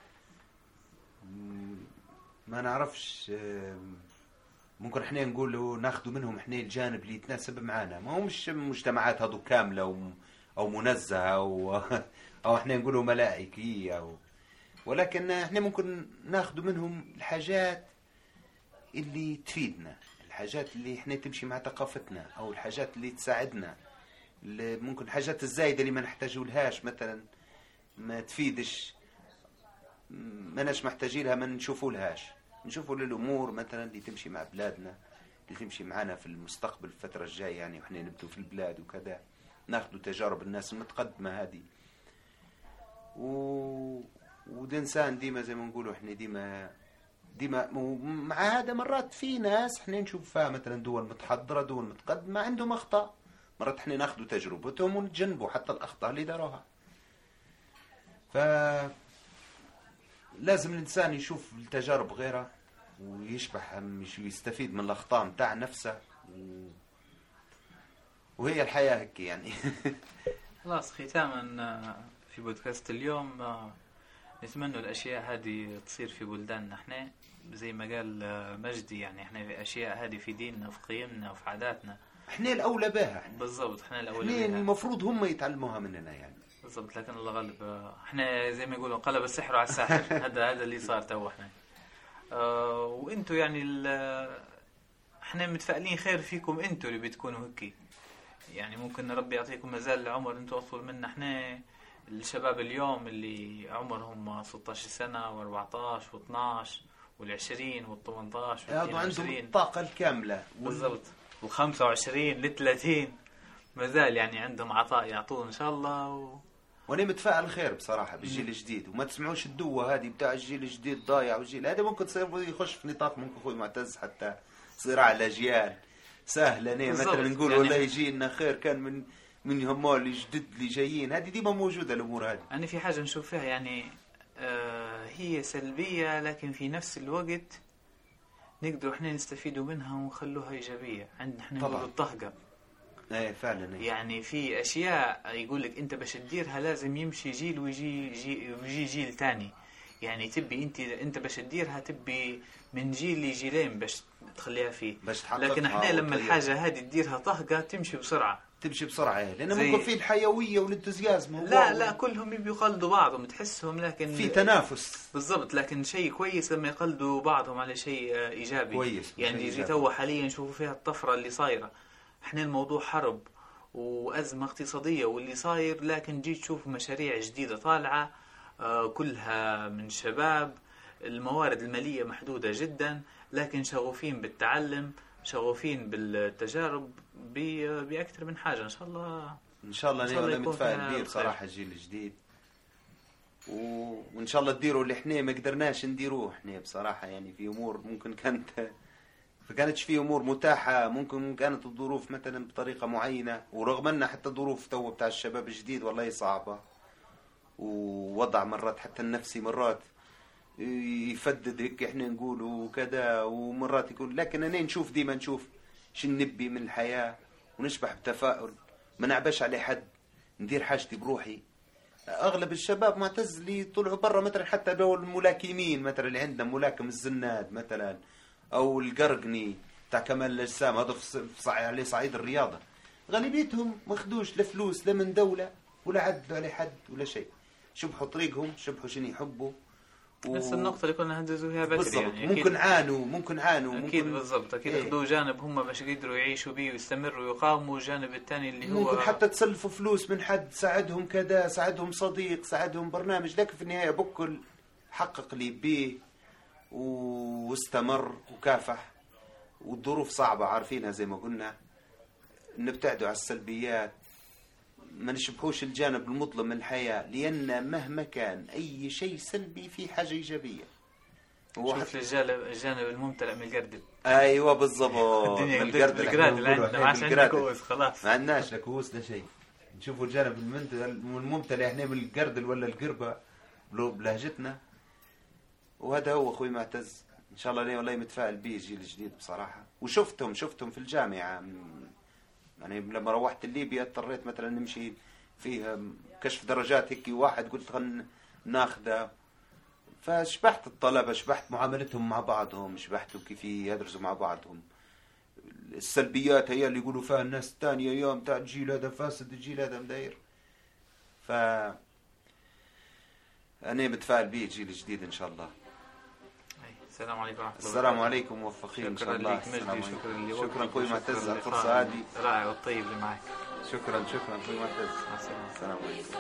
ما نعرفش، ممكن احنا نقولوا ناخذوا منهم احنا الجانب اللي يتناسب معنا. ما هو مش مجتمعات هذو كاملة أو منزهة أو احنا نقولوا ملائكية ولكن احنا ممكن ناخذوا منهم الحاجات اللي تفيدنا، الحاجات اللي احنا تمشي مع ثقافتنا، او الحاجات اللي تساعدنا، اللي ممكن الحاجات الزايدة اللي ما نحتاجوا لهاش مثلا ما تفيدش، ما ناش محتاجين لها، ما نشوفوا لهاش، نشوفوا للأمور مثلا اللي تمشي مع بلادنا، اللي تمشي معنا في المستقبل الفترة الجاية، يعني وإحنا نبدو في البلاد وكذا، ناخذوا تجارب الناس المتقدمة هذه. والإنسان ديما زي ما نقولوا إحنا ديما مع هذا مرات في ناس إحنا نشوف فيها مثلا دول متحضرة، دول متقدمة، عندهم أخطاء، مرات إحنا ناخذوا تجربتهم ونتجنبوا حتى الأخطاء اللي داروها. لازم الإنسان يشوف التجارب غيره ويشبح، مش يستفيد من الأخطاء متاع نفسه، وهي الحياة هيك يعني. خلاص، ختاما في بودكاست اليوم، نتمنى الأشياء هذه تصير في بلداننا احنا زي ما قال مجدي، يعني احنا في أشياء هذه في ديننا وفي قيمنا وفي عاداتنا، احنا الأولى بها. بالضبط، احنا الأولى بها، المفروض هم يتعلموها مننا يعني. بالضبط، لكن الله غالب، احنا زي ما يقولون قلب السحر على الساحر. هذا اللي صار تو احنا. وانتو يعني احنا متفائلين خير فيكم انتو اللي بتكونوا هيك، يعني ممكن ربي يعطيكم مازال العمر، انتو اطول منا احنا الشباب اليوم اللي عمرهم 16 سنة و14 و12 وال20 وال18 هذا عندهم الطاقة الكاملة. بالضبط، و25 ل30 مازال يعني عندهم عطاء يعطوه ان شاء الله. وانا متفائل خير بصراحه بالجيل الجديد، وما تسمعوش الدوه هذه بتاع الجيل الجديد ضايع، والجيل هذا ممكن تصير يخش في نطاق ممكن اخوي معتز حتى صراع الاجيال سهل. انا مثلا نقول يعني ولا يجي لنا خير كان من هم الجدد اللي جايين، هذه ديما موجوده الامور هذه. انا في حاجه نشوف فيها يعني هي سلبيه، لكن في نفس الوقت نقدر احنا نستفيدوا منها ونخلوها ايجابيه. عندنا احنا نقول الطهقه. ايه فعلا. يعني في اشياء يقول لك انت باش تديرها لازم يمشي جيل ويجي جيل ثاني، يعني تبي انت باش تديرها تبي من جيل لجيلين باش تخليها فيه، لكن احنا لما الحاجه هذه تديرها طهقه تمشي بسرعه لان ممكن في الحيويه والانتزاز. لا كلهم يبيوا يقلدوا بعضهم تحسهم، لكن في تنافس. بالضبط، لكن شيء كويس لما يقلدوا بعضهم على شيء ايجابي كويس. يعني يجي تو حاليا نشوفوا فيها الطفره اللي صايره. احنا الموضوع حرب وأزمة اقتصادية واللي صاير، لكن جيت تشوف مشاريع جديدة طالعة كلها من شباب، الموارد المالية محدودة جدا، لكن شغوفين بالتعلم، شغوفين بالتجارب بأكثر من حاجة. إن شاء الله أنا متفائل بيه بصراحة الجيل الجديد، وإن شاء الله تديروا اللي احنا ما قدرناش نديروه احنا بصراحة. يعني في أمور ممكن فكانتش في أمور متاحة، ممكن كانت الظروف مثلا بطريقة معينة، ورغم أن حتى الظروف تو بتاع الشباب الجديد والله صعبة، ووضع مرات حتى النفسي مرات يفدد هيك احنا نقول وكذا، ومرات يقول، لكن أنا نشوف ديما نشوف شو نبي من الحياة ونشبح بتفاؤل، ما نعبش على حد، ندير حاجتي بروحي. أغلب الشباب معتز اللي طلعوا برا مثلا، حتى لو الملاكمين مثلا اللي عندنا ملاكم الزناد مثلا، او القرقني تاع كمال الاجسام، هذا عليه صعيد الرياضه، غالبيتهم ماخدوش لا فلوس لا من دولة ولا عدوا على حد ولا شيء، شبحوا طريقهم، شبحوا شنو يحبوا. بس النقطة اللي كنا هندزوها بدري يعني ممكن عانوا أكيد بالضبط أكيد ياخذوا جانب هم باش يقدروا يعيشوا بيه ويستمروا ويقاوموا، الجانب الثاني اللي هو ممكن حتى تسلفوا فلوس من حد، ساعدهم كذا، ساعدهم صديق، ساعدهم برنامج، لكن في النهاية بكل حقق اللي بيه واستمر وكافح. والظروف صعبة عارفينها زي ما قلنا، نبتعدوا على السلبيات، ما نشبهوش الجانب المظلم من الحياة، لأن مهما كان أي شيء سلبي في حاجة إيجابية. شوف الجانب الممتلئ من القردل. أيوة بالضبط. من القردل عندنا ما عندنا كؤوس خلاص، ما عندناش لا كؤوس لا شيء. نشوفوا الجانب الممتلئ احنا من القردل ولا القربة بلهجتنا. وهذا هو أخوي معتز، إن شاء الله ليه والله متفائل به الجيل الجديد بصراحة. وشفتهم في الجامعة يعني لما روحت ليبيا اضطريت مثلا نمشي فيها كشف درجات هيك واحد، قلت خلنا ناخذه، فشبحت الطلبة، شبحت معاملتهم مع بعضهم، شبحتوا كيف يدرسوا مع بعضهم. السلبيات هي اللي يقولوا فيها الناس الثانية يوم تاع الجيل هذا فاسد، الجيل هذا مداير. أنا متفائل به الجيل الجديد إن شاء الله. السلام عليكم ورحمة الله. السلام عليكم موفقين إن شاء الله. شكرا أخوي معتز على الفرصة هذه رائع والطيب اللي معك. شكرا أخوي معتز. السلام عليكم.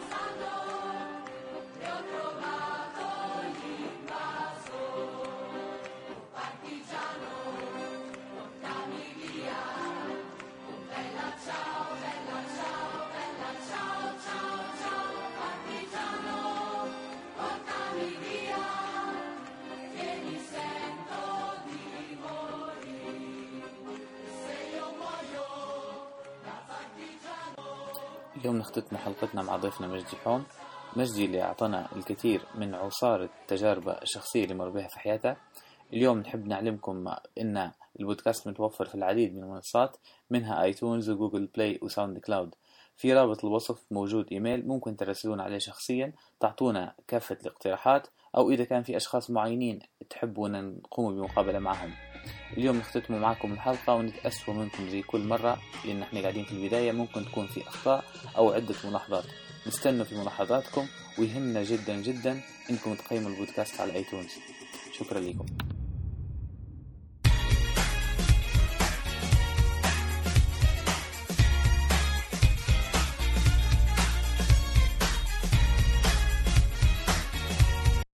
اليوم نختتم حلقتنا مع ضيفنا مجدي حوم. مجدي اللي أعطانا الكثير من عصارة تجاربه الشخصية اللي مر بها في حياته. اليوم نحب نعلمكم إن البودكاست متوفر في العديد من المنصات، منها آيتونز وجوجل بلاي وساوند كلاود. في رابط الوصف موجود إيميل ممكن ترسلون عليه شخصيا، تعطونا كافة الاقتراحات، أو إذا كان في أشخاص معينين تحبون نقوم بمقابلة معهم. اليوم نختتم معكم الحلقة ونتأسف منكم زي كل مرة، لأن احنا قاعدين في البداية ممكن تكون في أخطاء أو عدة ملاحظات. نستنى في ملاحظاتكم، ويهمنا جدا جدا إنكم تقيموا البودكاست على آيتونز. شكرا لكم.